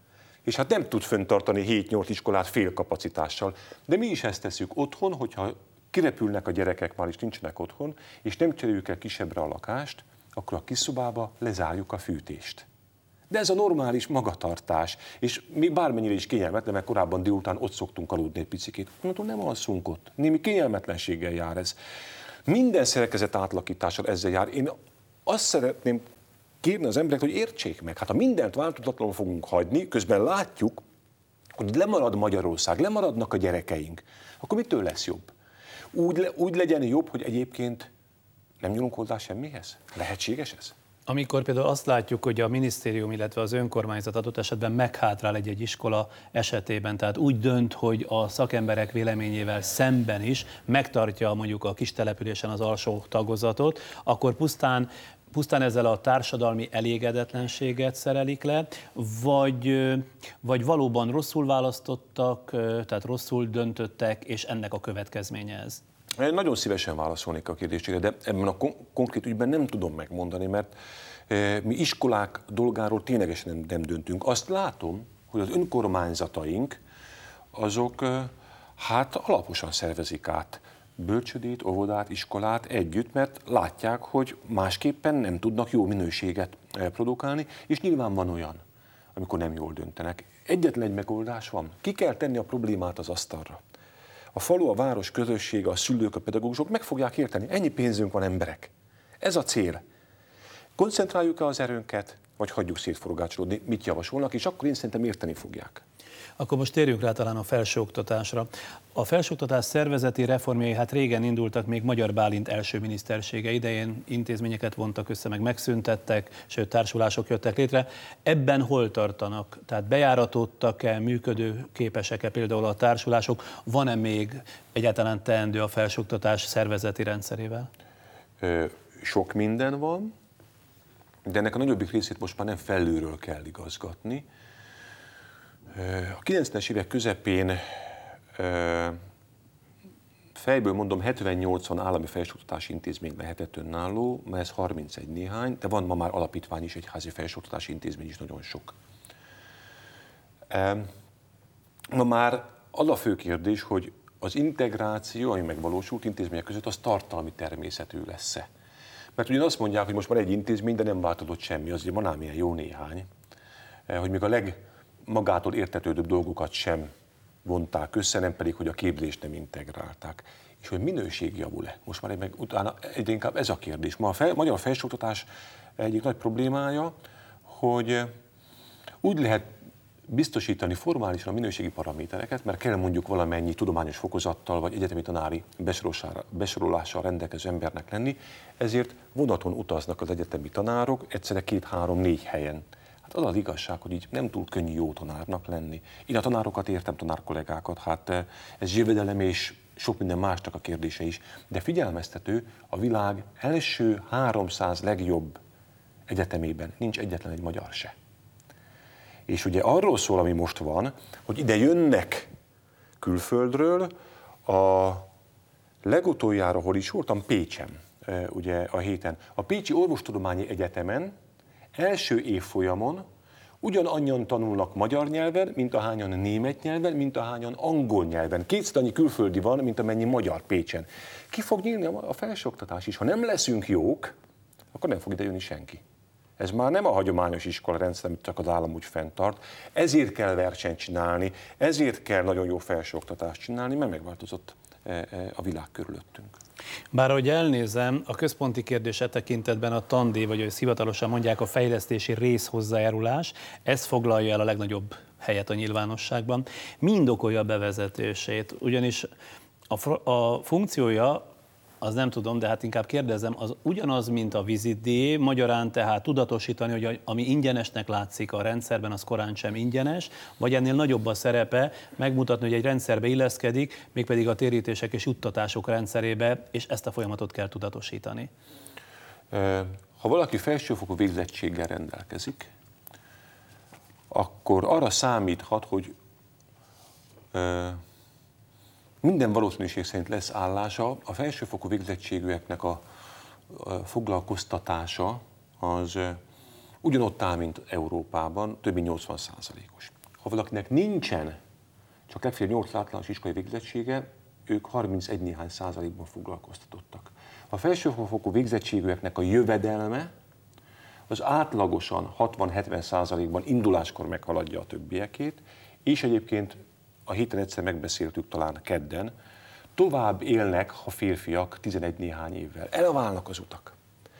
és hát nem tud fenntartani hét-nyolc iskolát fél kapacitással. De mi is ezt tesszük otthon, hogyha kirepülnek a gyerekek, már is nincsenek otthon, és nem cseréljük el kisebbre a lakást, akkor a kis szobába lezárjuk a fűtést. De ez a normális magatartás, és mi bármennyire is kényelmetlen, mert korábban délután ott szoktunk aludni egy picikét, mondom, nem alszunk ott. Némi kényelmetlenséggel jár ez. Minden szerkezet átalakítással ezzel jár. Én azt szeretném kérni az emberek, hogy értsék meg. Hát ha mindent változatlanul fogunk hagyni, közben látjuk, hogy lemarad Magyarország, lemaradnak a gyerekeink, akkor mitől lesz jobb? Úgy, le, úgy legyen jobb, hogy egyébként nem nyúlunk hozzá semmihez? Lehetséges ez? Amikor például azt látjuk, hogy a minisztérium, illetve az önkormányzat adott esetben meghátrál egy-egy iskola esetében, tehát úgy dönt, hogy a szakemberek véleményével szemben is megtartja mondjuk a kis településen az alsó tagozatot, akkor pusztán pusztán ezzel a társadalmi elégedetlenséget szerelik le, vagy, vagy valóban rosszul választottak, tehát rosszul döntöttek, és ennek a következménye ez? Én nagyon szívesen válaszolnék a kérdésére, de ebben a kon- konkrét ügyben nem tudom megmondani, mert e, mi iskolák dolgáról ténylegesen nem, nem döntünk. Azt látom, hogy az önkormányzataink azok e, hát alaposan szervezik át bölcsödét, óvodát, iskolát együtt, mert látják, hogy másképpen nem tudnak jó minőséget produkálni, és nyilván van olyan, amikor nem jól döntenek. Egyetlen egy megoldás van, ki kell tenni a problémát az asztalra. A falu, a város közössége, a szülők, a pedagógusok meg fogják érteni, ennyi pénzünk van, emberek. Ez a cél. Koncentráljuk-e az erőnket, vagy hagyjuk szétforgácsolódni, mit javasolnak, és akkor én szerintem érteni fogják. Akkor most térjünk rá talán a felsőoktatásra. A felsőoktatás szervezeti reformjai hát régen indultak, még Magyar Bálint első minisztersége idején, intézményeket vontak össze, meg megszüntettek, sőt társulások jöttek létre. Ebben hol tartanak? Tehát bejáratodtak-e, működő képesek-e például a társulások? Van-e még egyáltalán teendő a felsőoktatás szervezeti rendszerével? Ö, sok minden van, de ennek a nagyobbik részét most már nem felülről kell igazgatni. A kilencvenes évek közepén fejből mondom hetven-nyolcvan állami felsőoktatási intézmény lehetett önálló, mert ez harmincegy néhány, de van ma már alapítvány is, egy házi felsőoktatási intézmény is nagyon sok. Ma már az a fő kérdés, hogy az integráció, ami megvalósult intézmények között, az tartalmi természetű lesz-e. Mert ugyan azt mondják, hogy most már egy intézmény, de nem változott semmi, azért van ám ilyen jó néhány, hogy még a leg magától értetődőbb dolgokat sem vonták össze, nem pedig, hogy a képzést nem integrálták. És hogy minőség javul-e? Most már meg utána egyre inkább ez a kérdés. Ma a fel, magyar felsőoktatás egyik nagy problémája, hogy úgy lehet biztosítani formálisan a minőségi paramétereket, mert kell mondjuk valamennyi tudományos fokozattal vagy egyetemi tanári besorolással rendelkező embernek lenni, ezért vonaton utaznak az egyetemi tanárok egyszerre két-három-négy helyen. Hát az az igazság, hogy így nem túl könnyű jó tanárnak lenni. Én a tanárokat értem, tanárkollégákat, hát ez jövedelem és sok minden másnak a kérdése is. De figyelmeztető, a világ első háromszáz legjobb egyetemében nincs egyetlen egy magyar se. És ugye arról szól, ami most van, hogy ide jönnek külföldről, a legutoljára, hol is voltam, Pécsen, ugye a héten. A Pécsi Orvostudományi Egyetemen első évfolyamon ugyanannyian tanulnak magyar nyelven, mint ahányan német nyelven, mint ahányan angol nyelven. Kétszer annyi külföldi van, mint amennyi magyar Pécsen. Ki fog nyílni a felsőoktatás is? Ha nem leszünk jók, akkor nem fog ide jönni senki. Ez már nem a hagyományos iskolarendszer, amit csak az állam úgy fenntart. Ezért kell versenyt csinálni, ezért kell nagyon jó felsőoktatást csinálni, mert megváltozott a világ körülöttünk. Bár ahogy elnézem, a központi kérdés e tekintetben a tandíj, vagy hogy hivatalosan mondják, a fejlesztési részhozzájárulás, ez foglalja el a legnagyobb helyet a nyilvánosságban. Mi indokolja a bevezetését? Ugyanis a, a funkciója Az nem tudom, de hát inkább kérdezem, az ugyanaz, mint a vizitdíj, magyarán tehát tudatosítani, hogy ami ingyenesnek látszik a rendszerben, az korán sem ingyenes, vagy ennél nagyobb a szerepe megmutatni, hogy egy rendszerbe illeszkedik, mégpedig a térítések és juttatások rendszerébe, és ezt a folyamatot kell tudatosítani. Ha valaki felsőfokú végzettséggel rendelkezik, akkor arra számíthat, hogy minden valószínűség szerint lesz állása. A felsőfokú végzettségűeknek a foglalkoztatása az ugyanott áll, mint Európában, több mint nyolcvan százalékos. Ha valakinek nincsen csak legfeljebb nyolc általános iskolai végzettsége, ők harmincegy néhány százalékban foglalkoztatottak. A felsőfokú végzettségűeknek a jövedelme az átlagosan hatvan-hetven százalékban induláskor meghaladja a többiekét, és egyébként a héten egyszer megbeszéltük talán kedden, tovább élnek, ha férfiak tizenegy néhány évvel. Elválnak az utak.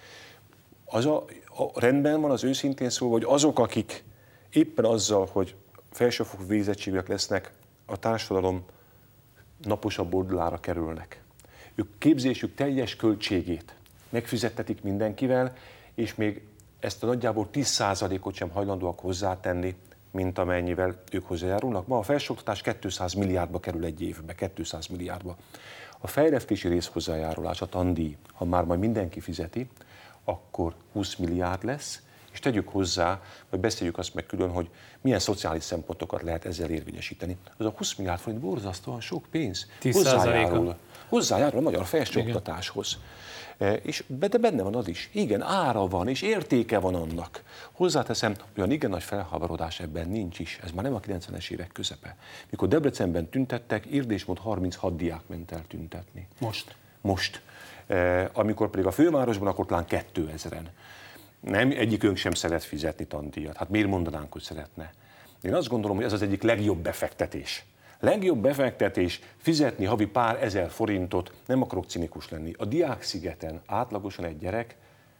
Az a, a rendben van az őszintén szó, hogy azok, akik éppen azzal, hogy felsőfokú végzettségűek lesznek, a társadalom naposabb oldalára kerülnek. Ők képzésük teljes költségét megfizettetik mindenkivel, és még ezt a nagyjából tíz százalékot sem hajlandóak hozzátenni, mint amennyivel ők hozzájárulnak. Ma a felsőoktatás kétszáz milliárdba kerül egy évbe, kétszáz milliárdba. A fejlesztési rész hozzájárulás, a tandíj, ha már majd mindenki fizeti, akkor húsz milliárd lesz, és tegyük hozzá, vagy beszéljük azt meg külön, hogy milyen szociális szempontokat lehet ezzel érvényesíteni. Az a húsz milliárd forint borzasztóan sok pénz. Hozzájárul, hozzájárul a magyar felsőoktatáshoz. És de benne van az is. Igen, ára van, és értéke van annak. Hozzáteszem, olyan igen nagy felháborodás ebben nincs is. Ez már nem a kilencvenes évek közepe. Mikor Debrecenben tüntettek, Érdésmód harminchat diák ment el tüntetni. Most? Most. Eh, amikor pedig a fővárosban, akkor talán kétezren. Nem, egyikünk sem szeret fizetni tandíjat. Hát miért mondanánk, hogy szeretne? Én azt gondolom, hogy ez az egyik legjobb befektetés. Legjobb befektetés fizetni havi pár ezer forintot, nem akarok cinikus lenni. A Diákszigeten átlagosan egy gyerek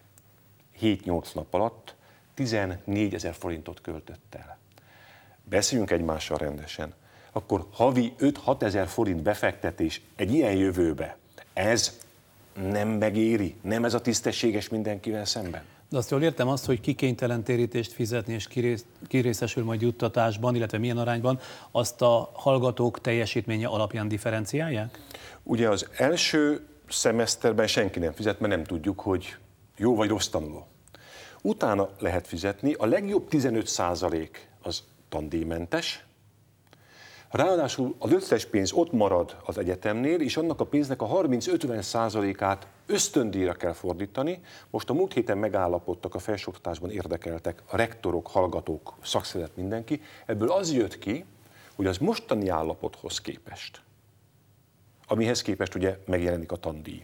hét-nyolc nap alatt tizennégyezer forintot költött el. Beszéljünk egymással rendesen. Akkor havi öt-hat ezer forint befektetés egy ilyen jövőbe, ez nem megéri? Nem ez a tisztességes mindenkivel szemben? De azt jól értem azt, hogy ki kénytelen térítést fizetni, és kirész, kirészesül majd juttatásban, illetve milyen arányban, azt a hallgatók teljesítménye alapján differenciálják? Ugye az első szemeszterben senki nem fizet, mert nem tudjuk, hogy jó vagy rossz tanuló. Utána lehet fizetni, a legjobb tizenöt százalék az tandíjmentes, ráadásul az összes pénz ott marad az egyetemnél, és annak a pénznek a harminc-ötven százalékát ösztöndíjra kell fordítani. Most a múlt héten megállapodtak a felsőoktatásban érdekeltek, a rektorok, hallgatók, szakszervezet, mindenki. Ebből az jött ki, hogy az mostani állapothoz képest, amihez képest ugye megjelenik a tandíj.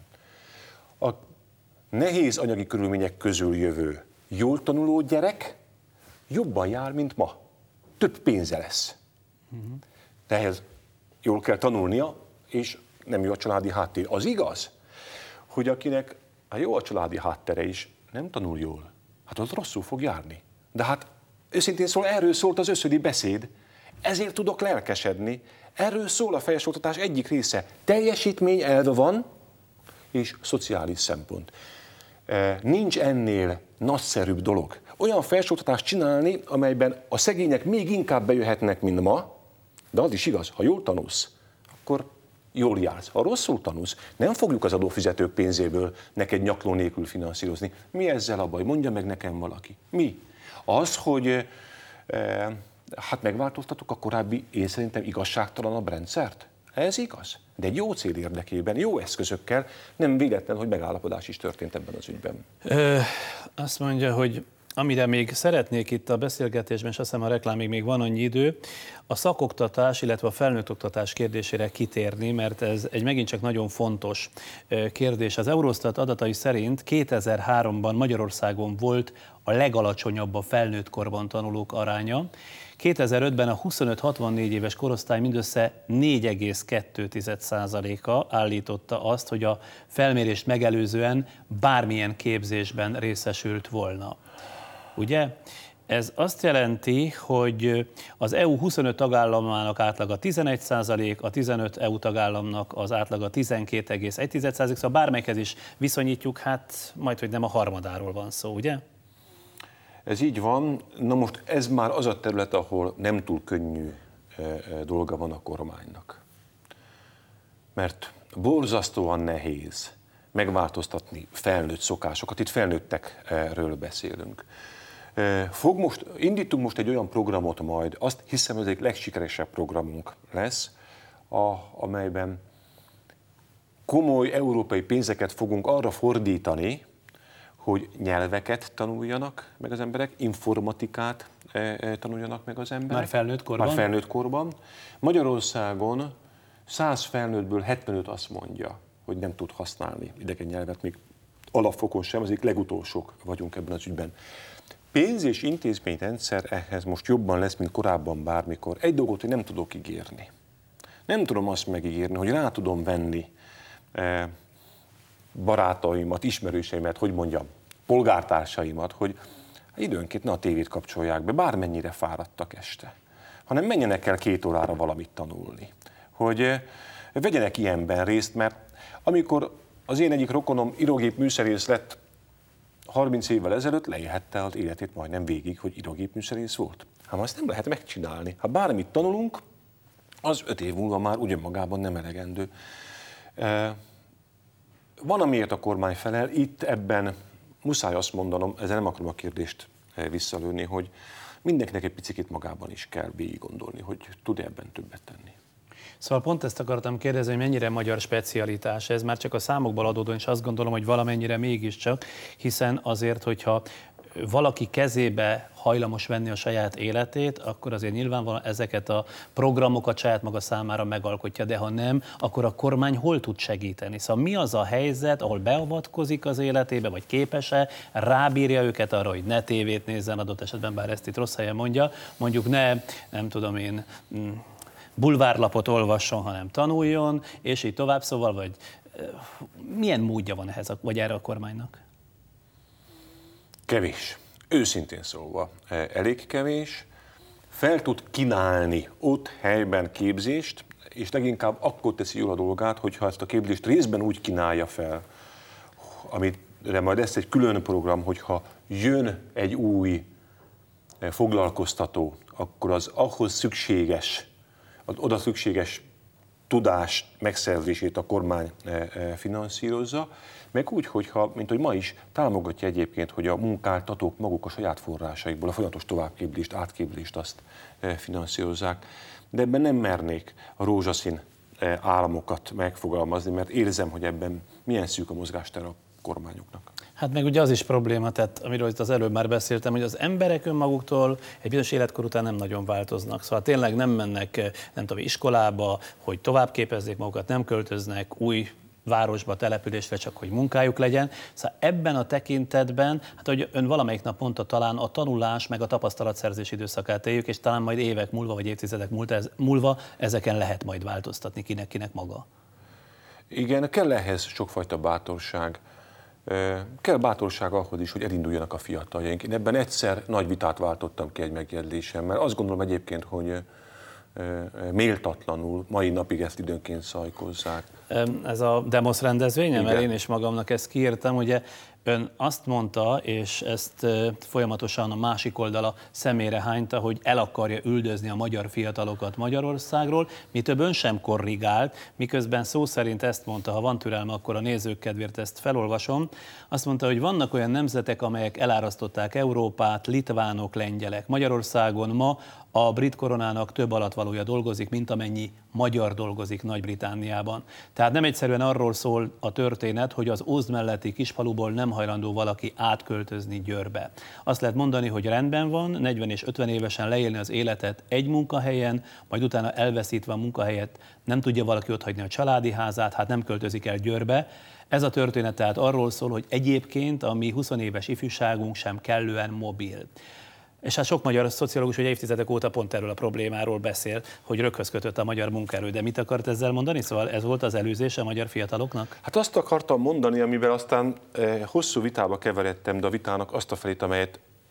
A nehéz anyagi körülmények közül jövő jól tanuló gyerek jobban jár, mint ma. Több pénze lesz. Uh-huh. De ehhez jól kell tanulnia, és nem jó a családi háttér. Az igaz, hogy akinek hát jó a családi háttere is, nem tanul jól, hát az rosszul fog járni. De hát őszintén szól, erről szólt az összödi beszéd, ezért tudok lelkesedni, erről szól a felsőoktatás egyik része. Teljesítmény elve van, és szociális szempont. Nincs ennél nagyszerűbb dolog. Olyan felsőoktatást csinálni, amelyben a szegények még inkább bejöhetnek, mint ma, de az is igaz, ha jól tanulsz, akkor jól jársz. Ha rosszul tanulsz, nem fogjuk az adófizetők pénzéből neked nyakló nélkül finanszírozni. Mi ezzel a baj? Mondja meg nekem valaki. Mi? Az, hogy e, hát megváltoztatok a korábbi, én szerintem igazságtalanabb rendszert? Ez igaz. De egy jó cél érdekében, jó eszközökkel, nem véletlen, hogy megállapodás is történt ebben az ügyben. Ö, azt mondja, hogy amire még szeretnék itt a beszélgetésben, és azt hiszem a reklámig még van annyi idő, a szakoktatás, illetve a felnőtt oktatás kérdésére kitérni, mert ez egy megint csak nagyon fontos kérdés. Az Eurostat adatai szerint kétezer-háromban Magyarországon volt a legalacsonyabb a felnőtt korban tanulók aránya. kétezer-ötben a huszonöt-hatvannégy éves korosztály mindössze négy egész kettő százaléka állította azt, hogy a felmérést megelőzően bármilyen képzésben részesült volna. Ugye? Ez azt jelenti, hogy az é u huszonöt tagállamának átlaga tizenegy százalék, a tizenöt é u tagállamnak az átlaga tizenkét egész egy százalék, szóval bármelyikhez is viszonyítjuk, hát majd, hogy nem a harmadáról van szó, ugye? Ez így van. Na most ez már az a terület, ahol nem túl könnyű dolga van a kormánynak. Mert borzasztóan nehéz megváltoztatni felnőtt szokásokat. Itt felnőttekről beszélünk. Fog most, indítunk most egy olyan programot majd, azt hiszem, ez egy legsikeresebb programunk lesz, a, amelyben komoly európai pénzeket fogunk arra fordítani, hogy nyelveket tanuljanak meg az emberek, informatikát tanuljanak meg az emberek. Már felnőtt korban? Már felnőtt korban. Magyarországon száz felnőttből hetvenöt azt mondja, hogy nem tud használni idegen nyelvet, még alapfokon sem, azért legutolsók vagyunk ebben az ügyben. Pénz- és intézményrendszer ehhez most jobban lesz, mint korábban bármikor. Egy dolgot én nem tudok ígérni. Nem tudom azt megígérni, hogy rá tudom venni barátaimat, ismerőseimet, hogy mondjam, polgártársaimat, hogy időnként ne a tévét kapcsolják be, bármennyire fáradtak este, hanem menjenek el két órára valamit tanulni. Hogy vegyenek ilyenben részt, mert amikor az én egyik rokonom írógép műszerész lett harminc évvel ezelőtt, leélhette az életét majdnem végig, hogy írógép műszerész volt. Hát azt nem lehet megcsinálni. Ha bármit tanulunk, az öt év múlva már ugyanmagában nem elegendő. Van, amiért a kormány felel, itt ebben muszáj azt mondanom, ezzel nem akarom a kérdést visszalőni, hogy mindenkinek egy picit magában is kell végig gondolni, hogy tud ebben többet tenni. Szóval pont ezt akartam kérdezni, hogy mennyire magyar specialitás ez, már csak a számokból adódóan is azt gondolom, hogy valamennyire mégiscsak, hiszen azért, hogyha valaki kezébe hajlamos venni a saját életét, akkor azért nyilvánvalóan ezeket a programokat saját maga számára megalkotja, de ha nem, akkor a kormány hol tud segíteni? Szóval mi az a helyzet, ahol beavatkozik az életébe, vagy képes-e, rábírja őket arra, hogy ne tévét nézzen adott esetben, bár ezt itt rossz helyen mondja, mondjuk ne, nem tudom én, bulvárlapot olvasson, hanem tanuljon, és így tovább, szóval, vagy milyen módja van ehhez, vagy erre a kormánynak? Kevés. Őszintén szólva, elég kevés. Fel tud kínálni ott helyben képzést, és leginkább akkor teszi jól a dolgát, hogyha ezt a képzést részben úgy kínálja fel, amire majd lesz egy külön program, hogyha jön egy új foglalkoztató, akkor az ahhoz szükséges, az oda szükséges tudás megszerzését a kormány finanszírozza, meg úgy, hogyha, mint hogy ma is, támogatja egyébként, hogy a munkáltatók maguk a saját forrásaikból a folyamatos továbbképzést, átképzést azt finanszírozzák. De ebben nem mernék a rózsaszín államokat megfogalmazni, mert érzem, hogy ebben milyen szűk a mozgástere a kormányoknak. Hát meg ugye az is probléma, tehát amiről itt az előbb már beszéltem, hogy az emberek önmaguktól egy bizonyos életkor után nem nagyon változnak. Szóval tényleg nem mennek, nem tudom, iskolába, hogy továbbképezzék magukat, nem költöznek új városba, településre, csak hogy munkájuk legyen. Szóval ebben a tekintetben, hát hogy ön valamelyik nap mondta, talán a tanulás meg a tapasztalatszerzés időszakát éljük, és talán majd évek múlva, vagy évtizedek múlva ezeken lehet majd változtatni kinek-kinek maga. Igen, kell ehhez sokfajta bátorság. Kell bátorság ahhoz is, hogy elinduljanak a fiataljaink. Én ebben egyszer nagy vitát váltottam ki egy megjegyzésem, mert azt gondolom egyébként, hogy méltatlanul mai napig ezt időnként szajkozzák. Ez a Demos rendezvénye, Igen. mert én is magamnak ezt kiírtam, ugye ön azt mondta, és ezt folyamatosan a másik oldala szemére hányta, hogy el akarja üldözni a magyar fiatalokat Magyarországról, mi több ön sem korrigált, miközben szó szerint ezt mondta, ha van türelme, akkor a nézők kedvéért ezt felolvasom. Azt mondta, hogy vannak olyan nemzetek, amelyek elárasztották Európát, litvánok, lengyelek. Magyarországon ma a brit koronának több alatvalója dolgozik, mint amennyi magyar dolgozik Nagy-Britanniában. Tehát nem egyszerűen arról szól a történet, hogy az Ózd melletti kisfaluból nem hajlandó valaki átköltözni Győrbe. Azt lehet mondani, hogy rendben van, negyven és ötven évesen leélni az életet egy munkahelyen, majd utána elveszítve a munkahelyet nem tudja valaki otthagyni a családi házát, hát nem költözik el Győrbe. Ez a történet tehát arról szól, hogy egyébként a mi huszonéves ifjúságunk sem kellően mobil. És hát sok magyar szociológus ugye évtizedek óta pont erről a problémáról beszél, hogy röghöz kötött a magyar munkaerő. De mit akart ezzel mondani? Szóval ez volt az előzése a magyar fiataloknak? Hát azt akartam mondani, amivel aztán eh, hosszú vitába keveredtem, de a vitának azt a felét, amelyet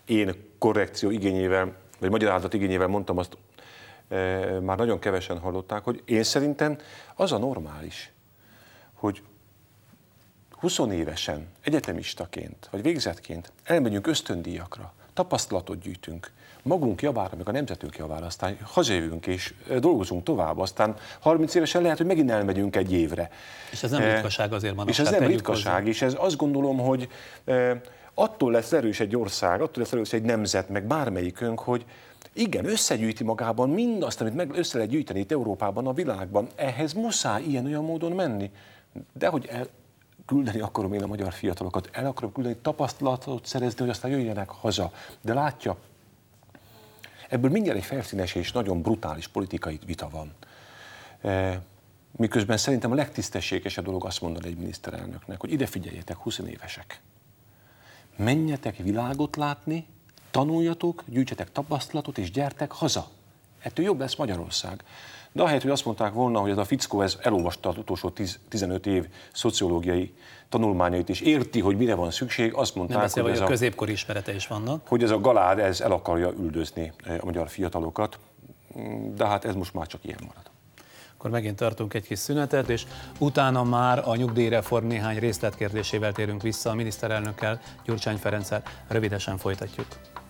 én korrekció igényével, vagy magyarázat igényével mondtam, azt e, már nagyon kevesen hallották, hogy én szerintem az a normális, hogy húsz évesen, egyetemistaként, vagy végzettként elmegyünk ösztöndíjakra, tapasztalatot gyűjtünk, magunk javára, meg a nemzetünk javára, aztán hazajövünk és dolgozunk tovább, aztán harminc évesen lehet, hogy megint elmegyünk egy évre. És ez nem ritkaság azért van. És ez nem ritkaság, és ez azt gondolom, hogy attól lesz erős egy ország, attól lesz erős egy nemzet, meg bármelyikünk, hogy igen, összegyűjti magában mindazt, amit meg össze lehet gyűjteni itt Európában, a világban. Ehhez muszáj ilyen-olyan módon menni. De hogy el küldeni akarom én a magyar fiatalokat, el akarom küldeni, tapasztalatot szerezni, hogy aztán jöjjenek haza. De látja, ebből mindjárt egy felszínes és nagyon brutális politikai vita van. Miközben szerintem a legtisztességesebb dolog azt mondani egy miniszterelnöknek, hogy ide figyeljetek, húsz évesek. Menjetek világot látni, tanuljatok, gyűjtsetek tapasztalatot, és gyertek haza. Ettől jobb lesz Magyarország. De ahelyett, hogy azt mondták volna, hogy ez a fickó ez elolvasta az utolsó tíz, tizenöt év szociológiai tanulmányait, és érti, hogy mire van szükség, azt mondták, nem beszél, hogy, hogy ez a középkori ismerete is vannak. hogy ez a galád ez el akarja üldözni a magyar fiatalokat, de hát ez most már csak ilyen marad. Akkor megint tartunk egy kis szünetet, és utána már a nyugdíjreform néhány részletkérdésével térünk vissza a miniszterelnökkel, Gyurcsány Ferenccel. Rövidesen folytatjuk.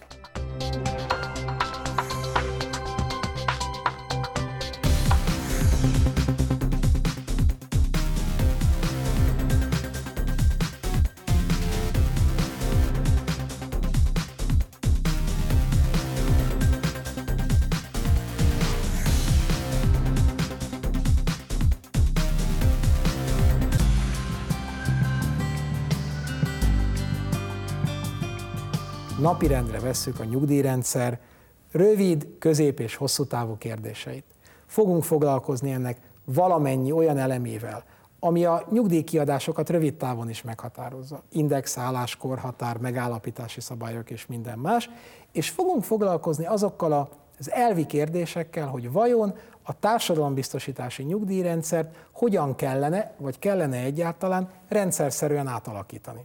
Napirendre vesszük a nyugdíjrendszer rövid, közép és hosszú távú kérdéseit. Fogunk foglalkozni ennek valamennyi olyan elemével, ami a nyugdíjkiadásokat rövid távon is meghatározza. Indexálás, korhatár, megállapítási szabályok és minden más. És fogunk foglalkozni azokkal az elvi kérdésekkel, hogy vajon a társadalombiztosítási nyugdíjrendszert hogyan kellene, vagy kellene egyáltalán rendszerszerűen átalakítani.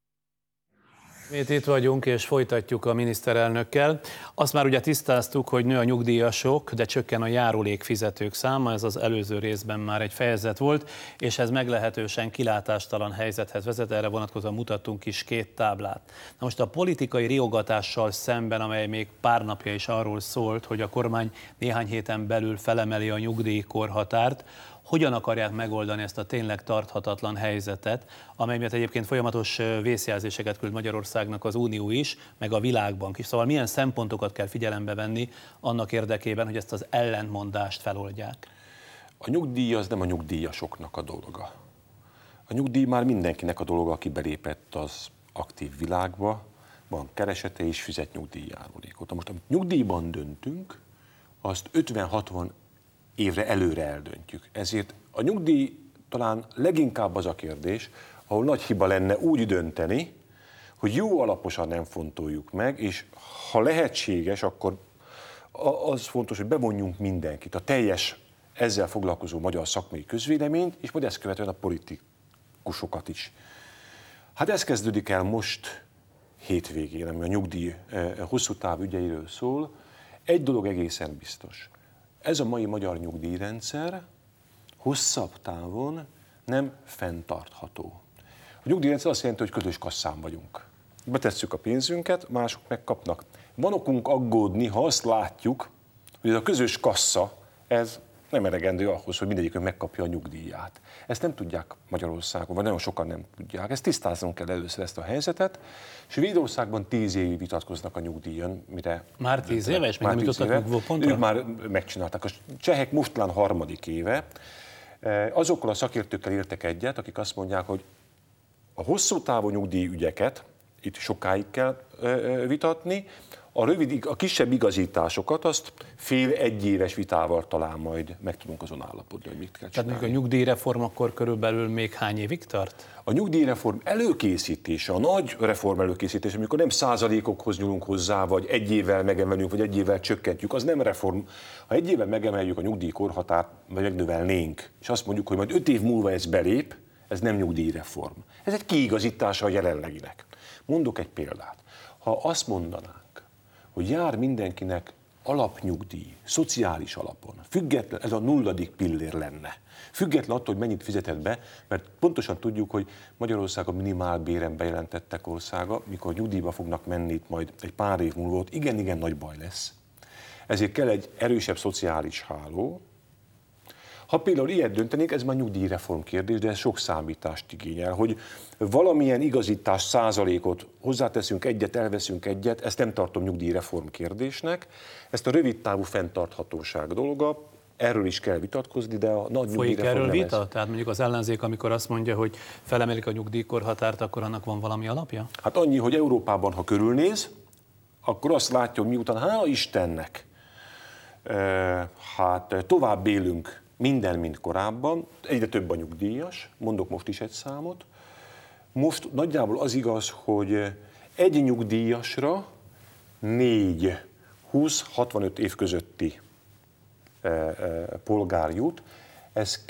Itt vagyunk, és folytatjuk a miniszterelnökkel. Azt már ugye tisztáztuk, hogy nő a nyugdíjasok, de csökken a járulékfizetők száma, ez az előző részben már egy fejezet volt, és ez meglehetősen kilátástalan helyzethez vezet, erre vonatkozóan mutattunk is két táblát. Na most a politikai riogatással szemben, amely még pár napja is arról szólt, hogy a kormány néhány héten belül felemeli a nyugdíjkorhatárt, hogyan akarják megoldani ezt a tényleg tarthatatlan helyzetet, amely miatt egyébként folyamatos vészjelzéseket küld Magyarországnak az Unió is, meg a Világbank is. Szóval milyen szempontokat kell figyelembe venni annak érdekében, hogy ezt az ellentmondást feloldják? A nyugdíj az nem a nyugdíjasoknak a dolga. A nyugdíj már mindenkinek a dolga, aki belépett az aktív világba, van keresete és fizet nyugdíjjárulékot. Most a nyugdíjban döntünk, azt ötven-hatvan évre előre eldöntjük. Ezért a nyugdíj talán leginkább az a kérdés, ahol nagy hiba lenne úgy dönteni, hogy jó alaposan nem fontoljuk meg, és ha lehetséges, akkor az fontos, hogy bevonjunk mindenkit, a teljes ezzel foglalkozó magyar szakmai közvéleményt, és majd ezt követően a politikusokat is. Hát ez kezdődik el most hétvégén, ami a nyugdíj hosszú táv ügyeiről szól. Egy dolog egészen biztos. Ez a mai magyar nyugdíjrendszer hosszabb távon nem fenntartható. A nyugdíjrendszer azt jelenti, hogy közös kasszán vagyunk. Betesszük a pénzünket, mások megkapnak. Van okunk aggódni, ha azt látjuk, hogy ez a közös kassa, ez nem elegendő ahhoz, hogy mindegyikünk megkapja a nyugdíját. Ezt nem tudják Magyarországon, vagy nagyon sokan nem tudják. Ezt tisztáznunk kell először ezt a helyzetet. Svédországban tíz évig vitatkoznak a nyugdíjon, mire... Már tíz éve, és még nem jutottak nyugvópontra? Ők már megcsinálták. A csehek mostán harmadik éve. Azokkal a szakértőkkel értek egyet, akik azt mondják, hogy a hosszú távú nyugdíjügyeket itt sokáig kell vitatni, a, rövid, a kisebb igazításokat azt fél-egy éves vitával talán majd meg tudunk azon állapodni, hogy mit kell csinálni. Tehát a nyugdíjreform akkor körülbelül még hány évig tart? A nyugdíjreform előkészítése, a nagy reform előkészítése, amikor nem százalékokhoz nyúlunk hozzá, vagy egy évvel megemelünk, vagy egy évvel csökkentjük, az nem reform. Ha egy évvel megemeljük a nyugdíjkorhatárt, vagy megnövelnénk, és azt mondjuk, hogy majd öt év múlva ez belép, ez nem nyugdíjreform. Ez egy kiigazítása a jelenleginek. Mondok egy példát. Ha azt mondanánk, hogy jár mindenkinek alapnyugdíj, szociális alapon, független, ez a nulladik pillér lenne, független attól, hogy mennyit fizetett be, mert pontosan tudjuk, hogy Magyarország a minimálbéren bejelentettek országa, mikor nyugdíjba fognak menni itt majd egy pár év múlva, ott igen-igen nagy baj lesz. Ezért kell egy erősebb szociális háló. Ha például ilyet döntenénk, ez már nyugdíjreform kérdés, de ez sok számítást igényel, hogy valamilyen igazítás százalékot hozzáteszünk egyet, elveszünk egyet, ezt nem tartom nyugdíjreform kérdésnek, ezt a rövidtávú fenntarthatóság dolga, erről is kell vitatkozni, de a nagy Folyik erről vita? Ez. Tehát mondjuk az ellenzék, amikor azt mondja, hogy felemelik a nyugdíjkorhatárt, akkor annak van valami alapja? Hát annyi, hogy Európában, ha körülnéz, akkor azt látja, hogy miután hála Istennek, hát tovább élünk minden, mint korábban, egyre több a nyugdíjas, mondok most is egy számot. Most nagyjából az igaz, hogy egy nyugdíjasra négy húsz-hatvanöt év közötti polgár jut. Ez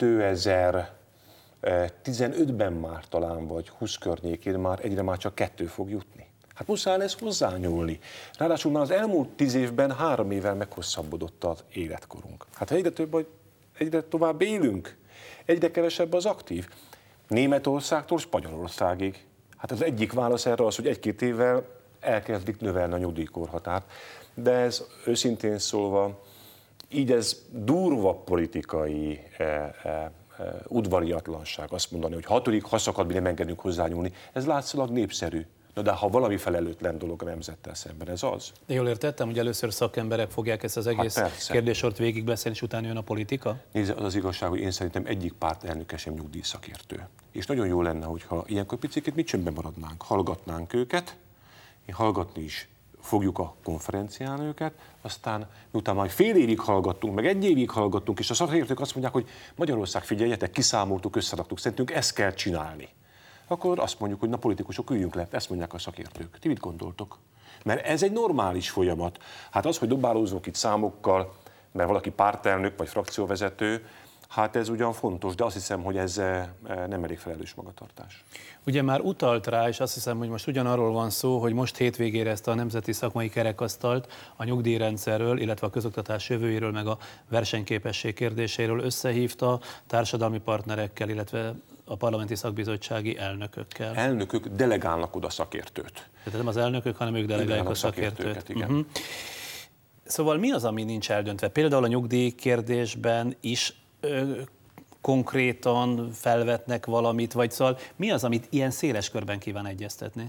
kétezer-tizenötben már talán, vagy húsz környékén már egyre már csak kettő fog jutni. Hát muszáj lesz hozzányúlni. Ráadásul már az elmúlt tíz évben három évvel meghosszabbodott az életkorunk. Hát egyre több, vagy egyre tovább élünk, egyre kevesebb az aktív. Németországtól Spanyolországig. Hát az egyik válasz erre az, hogy egy-két évvel elkezdik növelni a nyugdíjkorhatárt. De ez őszintén szólva, így ez durva politikai eh, eh, udvariatlanság azt mondani, hogy hatodik haszakad, mi nem engedünk hozzányúlni. Ez látszólag népszerű. Na de ha valami felelőtlen dolog a nemzettel szemben, ez az. De jól értettem, hogy először szakemberek fogják ezt az egész hát kérdéssort végigbeszélni, és utána jön a politika? Nézd, az az igazság, hogy én szerintem egyik párt elnöke sem nyugdíjszakértő. És nagyon jó lenne, hogyha ilyenkor picit mi csöndben maradnánk, hallgatnánk őket, én hallgatni is fogjuk a konferencián őket, aztán miután majd fél évig hallgattunk, meg egy évig hallgattunk, és a szakértők azt mondják, hogy Magyarország, figyeljetek, kiszámoltuk, összeraktuk, szerintünk ezt kell csinálni. Akkor azt mondjuk, hogy na politikusok, üljünk le, ezt mondják a szakértők. Ti mit gondoltok? Mert ez egy normális folyamat. Hát az, hogy dobálózunk itt számokkal, mert valaki pártelnök vagy frakcióvezető, hát ez ugyan fontos, de azt hiszem, hogy ez nem elég felelős magatartás. Ugye már utalt rá, és azt hiszem, hogy most ugyanarról van szó, hogy most hétvégére ezt a Nemzeti Szakmai Kerekasztalt a nyugdíjrendszerről, illetve a közoktatás jövőjéről, meg a versenyképesség kérdéséről összehívta társadalmi partnerekkel, illetve a parlamenti szakbizottsági elnökökkel. Elnökök delegálnak oda szakértőt. Tehát nem az elnökök, hanem ők delegálják a szakértőt. Igen. Uh-huh. Szóval mi az, ami nincs eldöntve? Például a nyugdíj kérdésben is ö, konkrétan felvetnek valamit, vagy szóval mi az, amit ilyen széles körben kíván egyeztetni?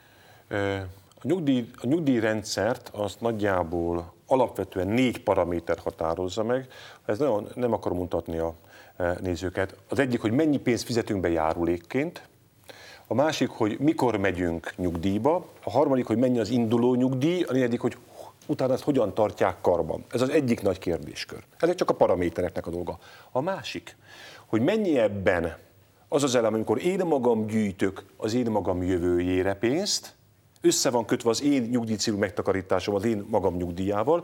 A, nyugdíj, a nyugdíjrendszert azt nagyjából alapvetően négy paraméter határozza meg. Ez nagyon, nem akarom mutatni a nézőket. Az egyik, hogy mennyi pénzt fizetünk be járulékként, a másik, hogy mikor megyünk nyugdíjba, a harmadik, hogy mennyi az induló nyugdíj, a negyedik, hogy utána ezt hogyan tartják karban. Ez az egyik nagy kérdéskör. Ezek csak a paramétereknek a dolga. A másik, hogy mennyi ebben az az elem, amikor én magam gyűjtök az én magam jövőjére pénzt, össze van kötve az én nyugdíjcélú megtakarításom az én magam nyugdíjával,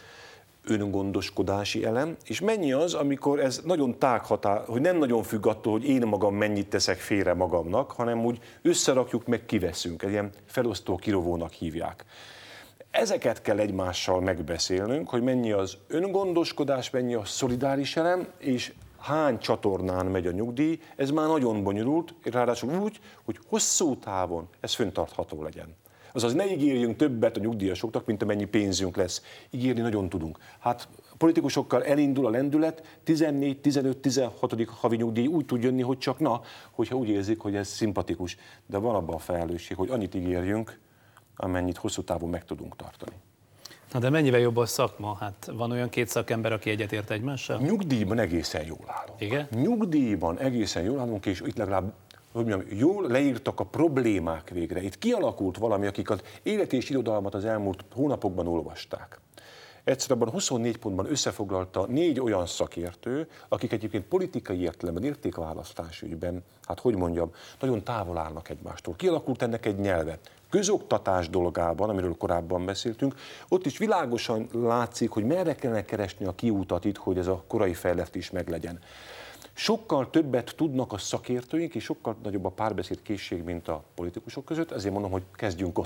öngondoskodási elem, és mennyi az, amikor ez nagyon tághatár, hogy nem nagyon függ attól, hogy én magam mennyit teszek félre magamnak, hanem úgy összerakjuk, meg kiveszünk, egy ilyen felosztó kirovónak hívják. Ezeket kell egymással megbeszélnünk, hogy mennyi az öngondoskodás, mennyi a szolidáris elem, és hány csatornán megy a nyugdíj, ez már nagyon bonyolult, ráadásul úgy, hogy hosszú távon ez fenntartható legyen. Azaz ne ígérjünk többet a nyugdíjasoknak, mint amennyi pénzünk lesz. Ígérni nagyon tudunk. Hát a politikusokkal elindul a lendület, tizennégy, tizenöt, tizenhat havi nyugdíj úgy tud jönni, hogy csak na, hogyha úgy érzik, hogy ez szimpatikus. De van abban a felelősség, hogy annyit ígérjünk, amennyit hosszú távon meg tudunk tartani. Na de mennyivel jobb a szakma? Hát van olyan két szakember, aki egyetért egymással? Nyugdíjban egészen jól állunk. Igen? Nyugdíjban egészen jól állunk, és itt legalább hogy mondjam, jól leírtak a problémák végre. Itt kialakult valami, akik az élet és irodalmat az elmúlt hónapokban olvasták. Egyszerűen huszonnégy pontban összefoglalta négy olyan szakértő, akik egyébként politikai értelemben, értékválasztás ügyben, hát hogy mondjam, nagyon távol állnak egymástól. Kialakult ennek egy nyelve. Közoktatás dolgában, amiről korábban beszéltünk, ott is világosan látszik, hogy merre kellene keresni a kiútat itt, hogy ez a korai fejlesztés meglegyen. Sokkal többet tudnak a szakértőink, és sokkal nagyobb a párbeszéd készség, mint a politikusok között, ezért mondom, hogy kezdjünk ott.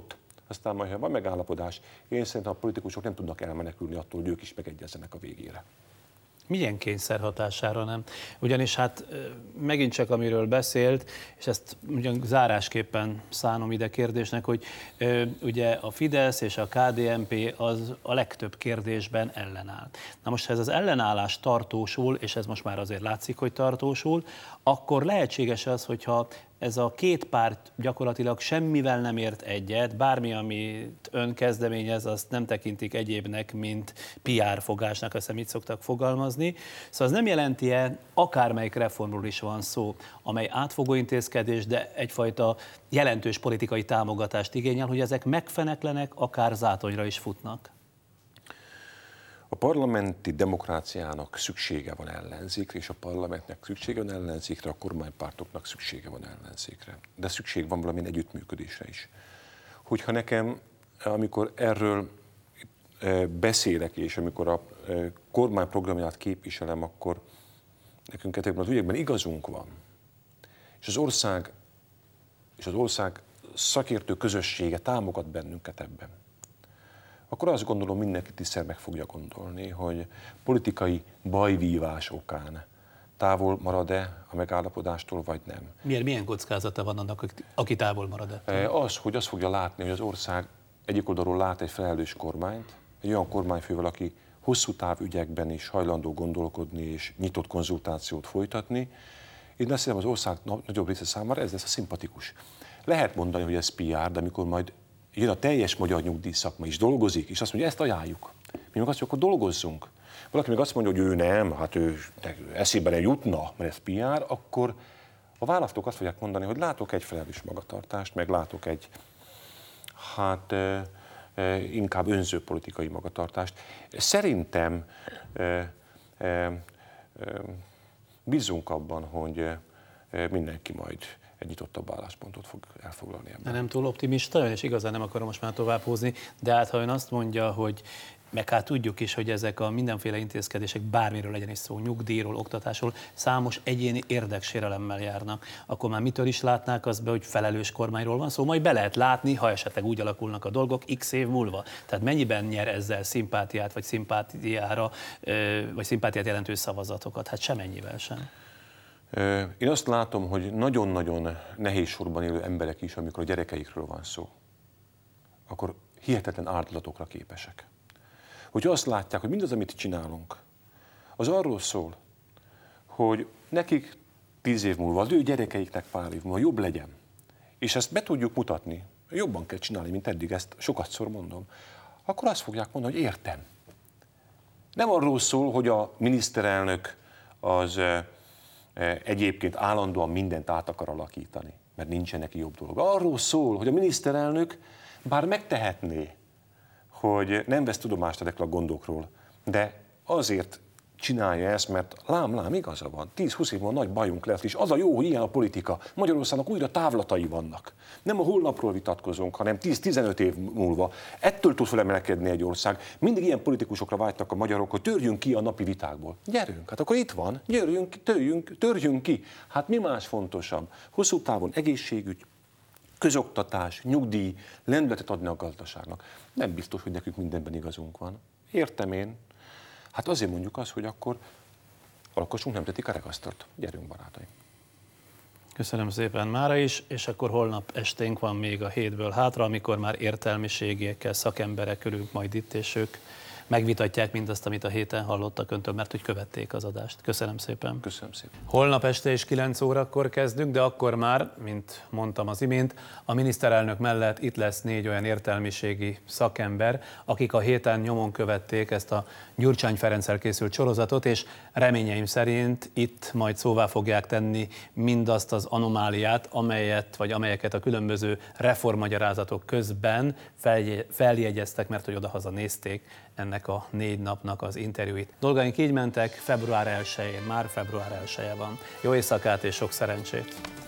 aztán majd, ha van megállapodás, én szerintem a politikusok nem tudnak elmenekülni attól, hogy ők is megegyezzenek a végére. Milyen kényszer hatására nem? Ugyanis hát megint csak amiről beszélt, és ezt ugyan zárásképpen szánom ide kérdésnek, hogy ugye a Fidesz és a ká dé en pé az a legtöbb kérdésben ellenáll. Na most, ha ez az ellenállás tartósul, és ez most már azért látszik, hogy tartósul, akkor lehetséges az, hogyha ez a két párt gyakorlatilag semmivel nem ért egyet, bármi, amit ön kezdeményez, azt nem tekintik egyébnek, mint pé er fogásnak, azt mit szoktak fogalmazni. Szóval az nem jelenti-e, akármelyik reformról is van szó, amely átfogó intézkedés, de egyfajta jelentős politikai támogatást igényel, hogy ezek megfeneklenek, akár zátonyra is futnak? A parlamenti demokráciának szüksége van ellenzékre, és a parlamentnek szüksége van ellenzékre, a kormánypártoknak szüksége van ellenzékre. De szükség van valamilyen együttműködésre is. Hogyha nekem, amikor erről beszélek, és amikor a kormány programját képviselem, akkor nekünk ezekben az ügyekben igazunk van. És az ország, és az ország szakértő közössége támogat bennünket ebben. Akkor azt gondolom, mindenki tisztel meg fogja gondolni, hogy politikai bajvívás okán távol marad-e a megállapodástól, vagy nem. Miért, milyen kockázata van annak, aki távol marad ettől? Az, hogy azt fogja látni, hogy az ország egyik oldalról lát egy felelős kormányt, egy olyan kormányfővel, aki hosszú táv ügyekben is hajlandó gondolkodni és nyitott konzultációt folytatni. Én azt hiszem, az ország nagyobb része számára ez lesz a szimpatikus. Lehet mondani, hogy ez pé er, de amikor majd jön a teljes magyar nyugdíjszakma is dolgozik, és azt mondja, ezt ajánljuk. Mi meg azt mondjuk, akkor dolgozzunk. Valaki meg azt mondja, hogy ő nem, hát ő eszébe nem jutna, mert ez pé er, akkor a választók azt fogják mondani, hogy látok egy felelős magatartást, meg látok egy, hát e, e, inkább önző politikai magatartást. Szerintem e, e, e, bízunk abban, hogy e, mindenki majd egy nyitottabb álláspontot fog elfoglalni ebben. Nem túl optimista, és igazán nem akarom most már tovább húzni, de hát ha ön azt mondja, hogy meg hát tudjuk is, hogy ezek a mindenféle intézkedések, bármiről legyen is szó, nyugdíjról, oktatásról, számos egyéni érdeksérelemmel járnak, akkor már mitől is látnák azt be, hogy felelős kormányról van szó, majd be lehet látni, ha esetleg úgy alakulnak a dolgok, x év múlva. Tehát mennyiben nyer ezzel szimpátiát, vagy szimpátiára, vagy szimpátiát jelentő szavazatokat? Hát semennyivel sem. Én azt látom, hogy nagyon-nagyon nehéz sorban élő emberek is, amikor a gyerekeikről van szó, akkor hihetetlen áldozatok képesek. Hogyha azt látják, hogy mindaz, amit csinálunk, az arról szól, hogy nekik tíz év múlva, az ő gyerekeiknek pár év múlva jobb legyen, és ezt be tudjuk mutatni, jobban kell csinálni, mint eddig, ezt sokatszor mondom, akkor azt fogják mondani, hogy értem. Nem arról szól, hogy a miniszterelnök az egyébként állandóan mindent át akar alakítani, mert nincsen neki jobb dolga. Arról szól, hogy a miniszterelnök bár megtehetné, hogy nem vesz tudomást ezekről a gondokról, de azért csinálja ezt, mert lám-lám igaza van. tíz-húsz év van nagy bajunk lesz, és az a jó, hogy ilyen a politika. Magyarországnak újra távlatai vannak. Nem a holnapról vitatkozunk, hanem tíz-tizenöt év múlva. Ettől tud felemelkedni egy ország. Mindig ilyen politikusokra vágytak a magyarok, hogy törjünk ki a napi vitákból. Gyerünk, hát akkor itt van, gyerünk, törjünk, törjünk ki. Hát mi más fontosabb? Hosszú távon egészségügy, közoktatás, nyugdíj, lendületet adni a gazdaságnak. Nem biztos, hogy nekünk mindenben igazunk van. Értem én. Hát azért mondjuk azt, hogy akkor alkossunk nemzeti kerekasztalt. Gyerünk, barátaim! Köszönöm szépen mára is, és akkor holnap esténk van még a hétből hátra, amikor már értelmiségiekkel, szakemberek ülünk majd itt, és ők megvitatják mindazt, amit a héten hallottak öntől, mert hogy követték az adást. Köszönöm szépen. Köszönöm szépen. Holnap este is kilenc órakor kezdünk, de akkor már, mint mondtam az imént, a miniszterelnök mellett itt lesz négy olyan értelmiségi szakember, akik a héten nyomon követték ezt a Gyurcsány Ferenccel készült sorozatot, és reményeim szerint itt majd szóvá fogják tenni mindazt az anomáliát, amelyet, vagy amelyeket a különböző reformmagyarázatok közben feljegyeztek, mert hogy odahaza nézték ennek a négy napnak az interjúit. Dolgaink így mentek, február elsején, már február elseje van. Jó éjszakát és sok szerencsét!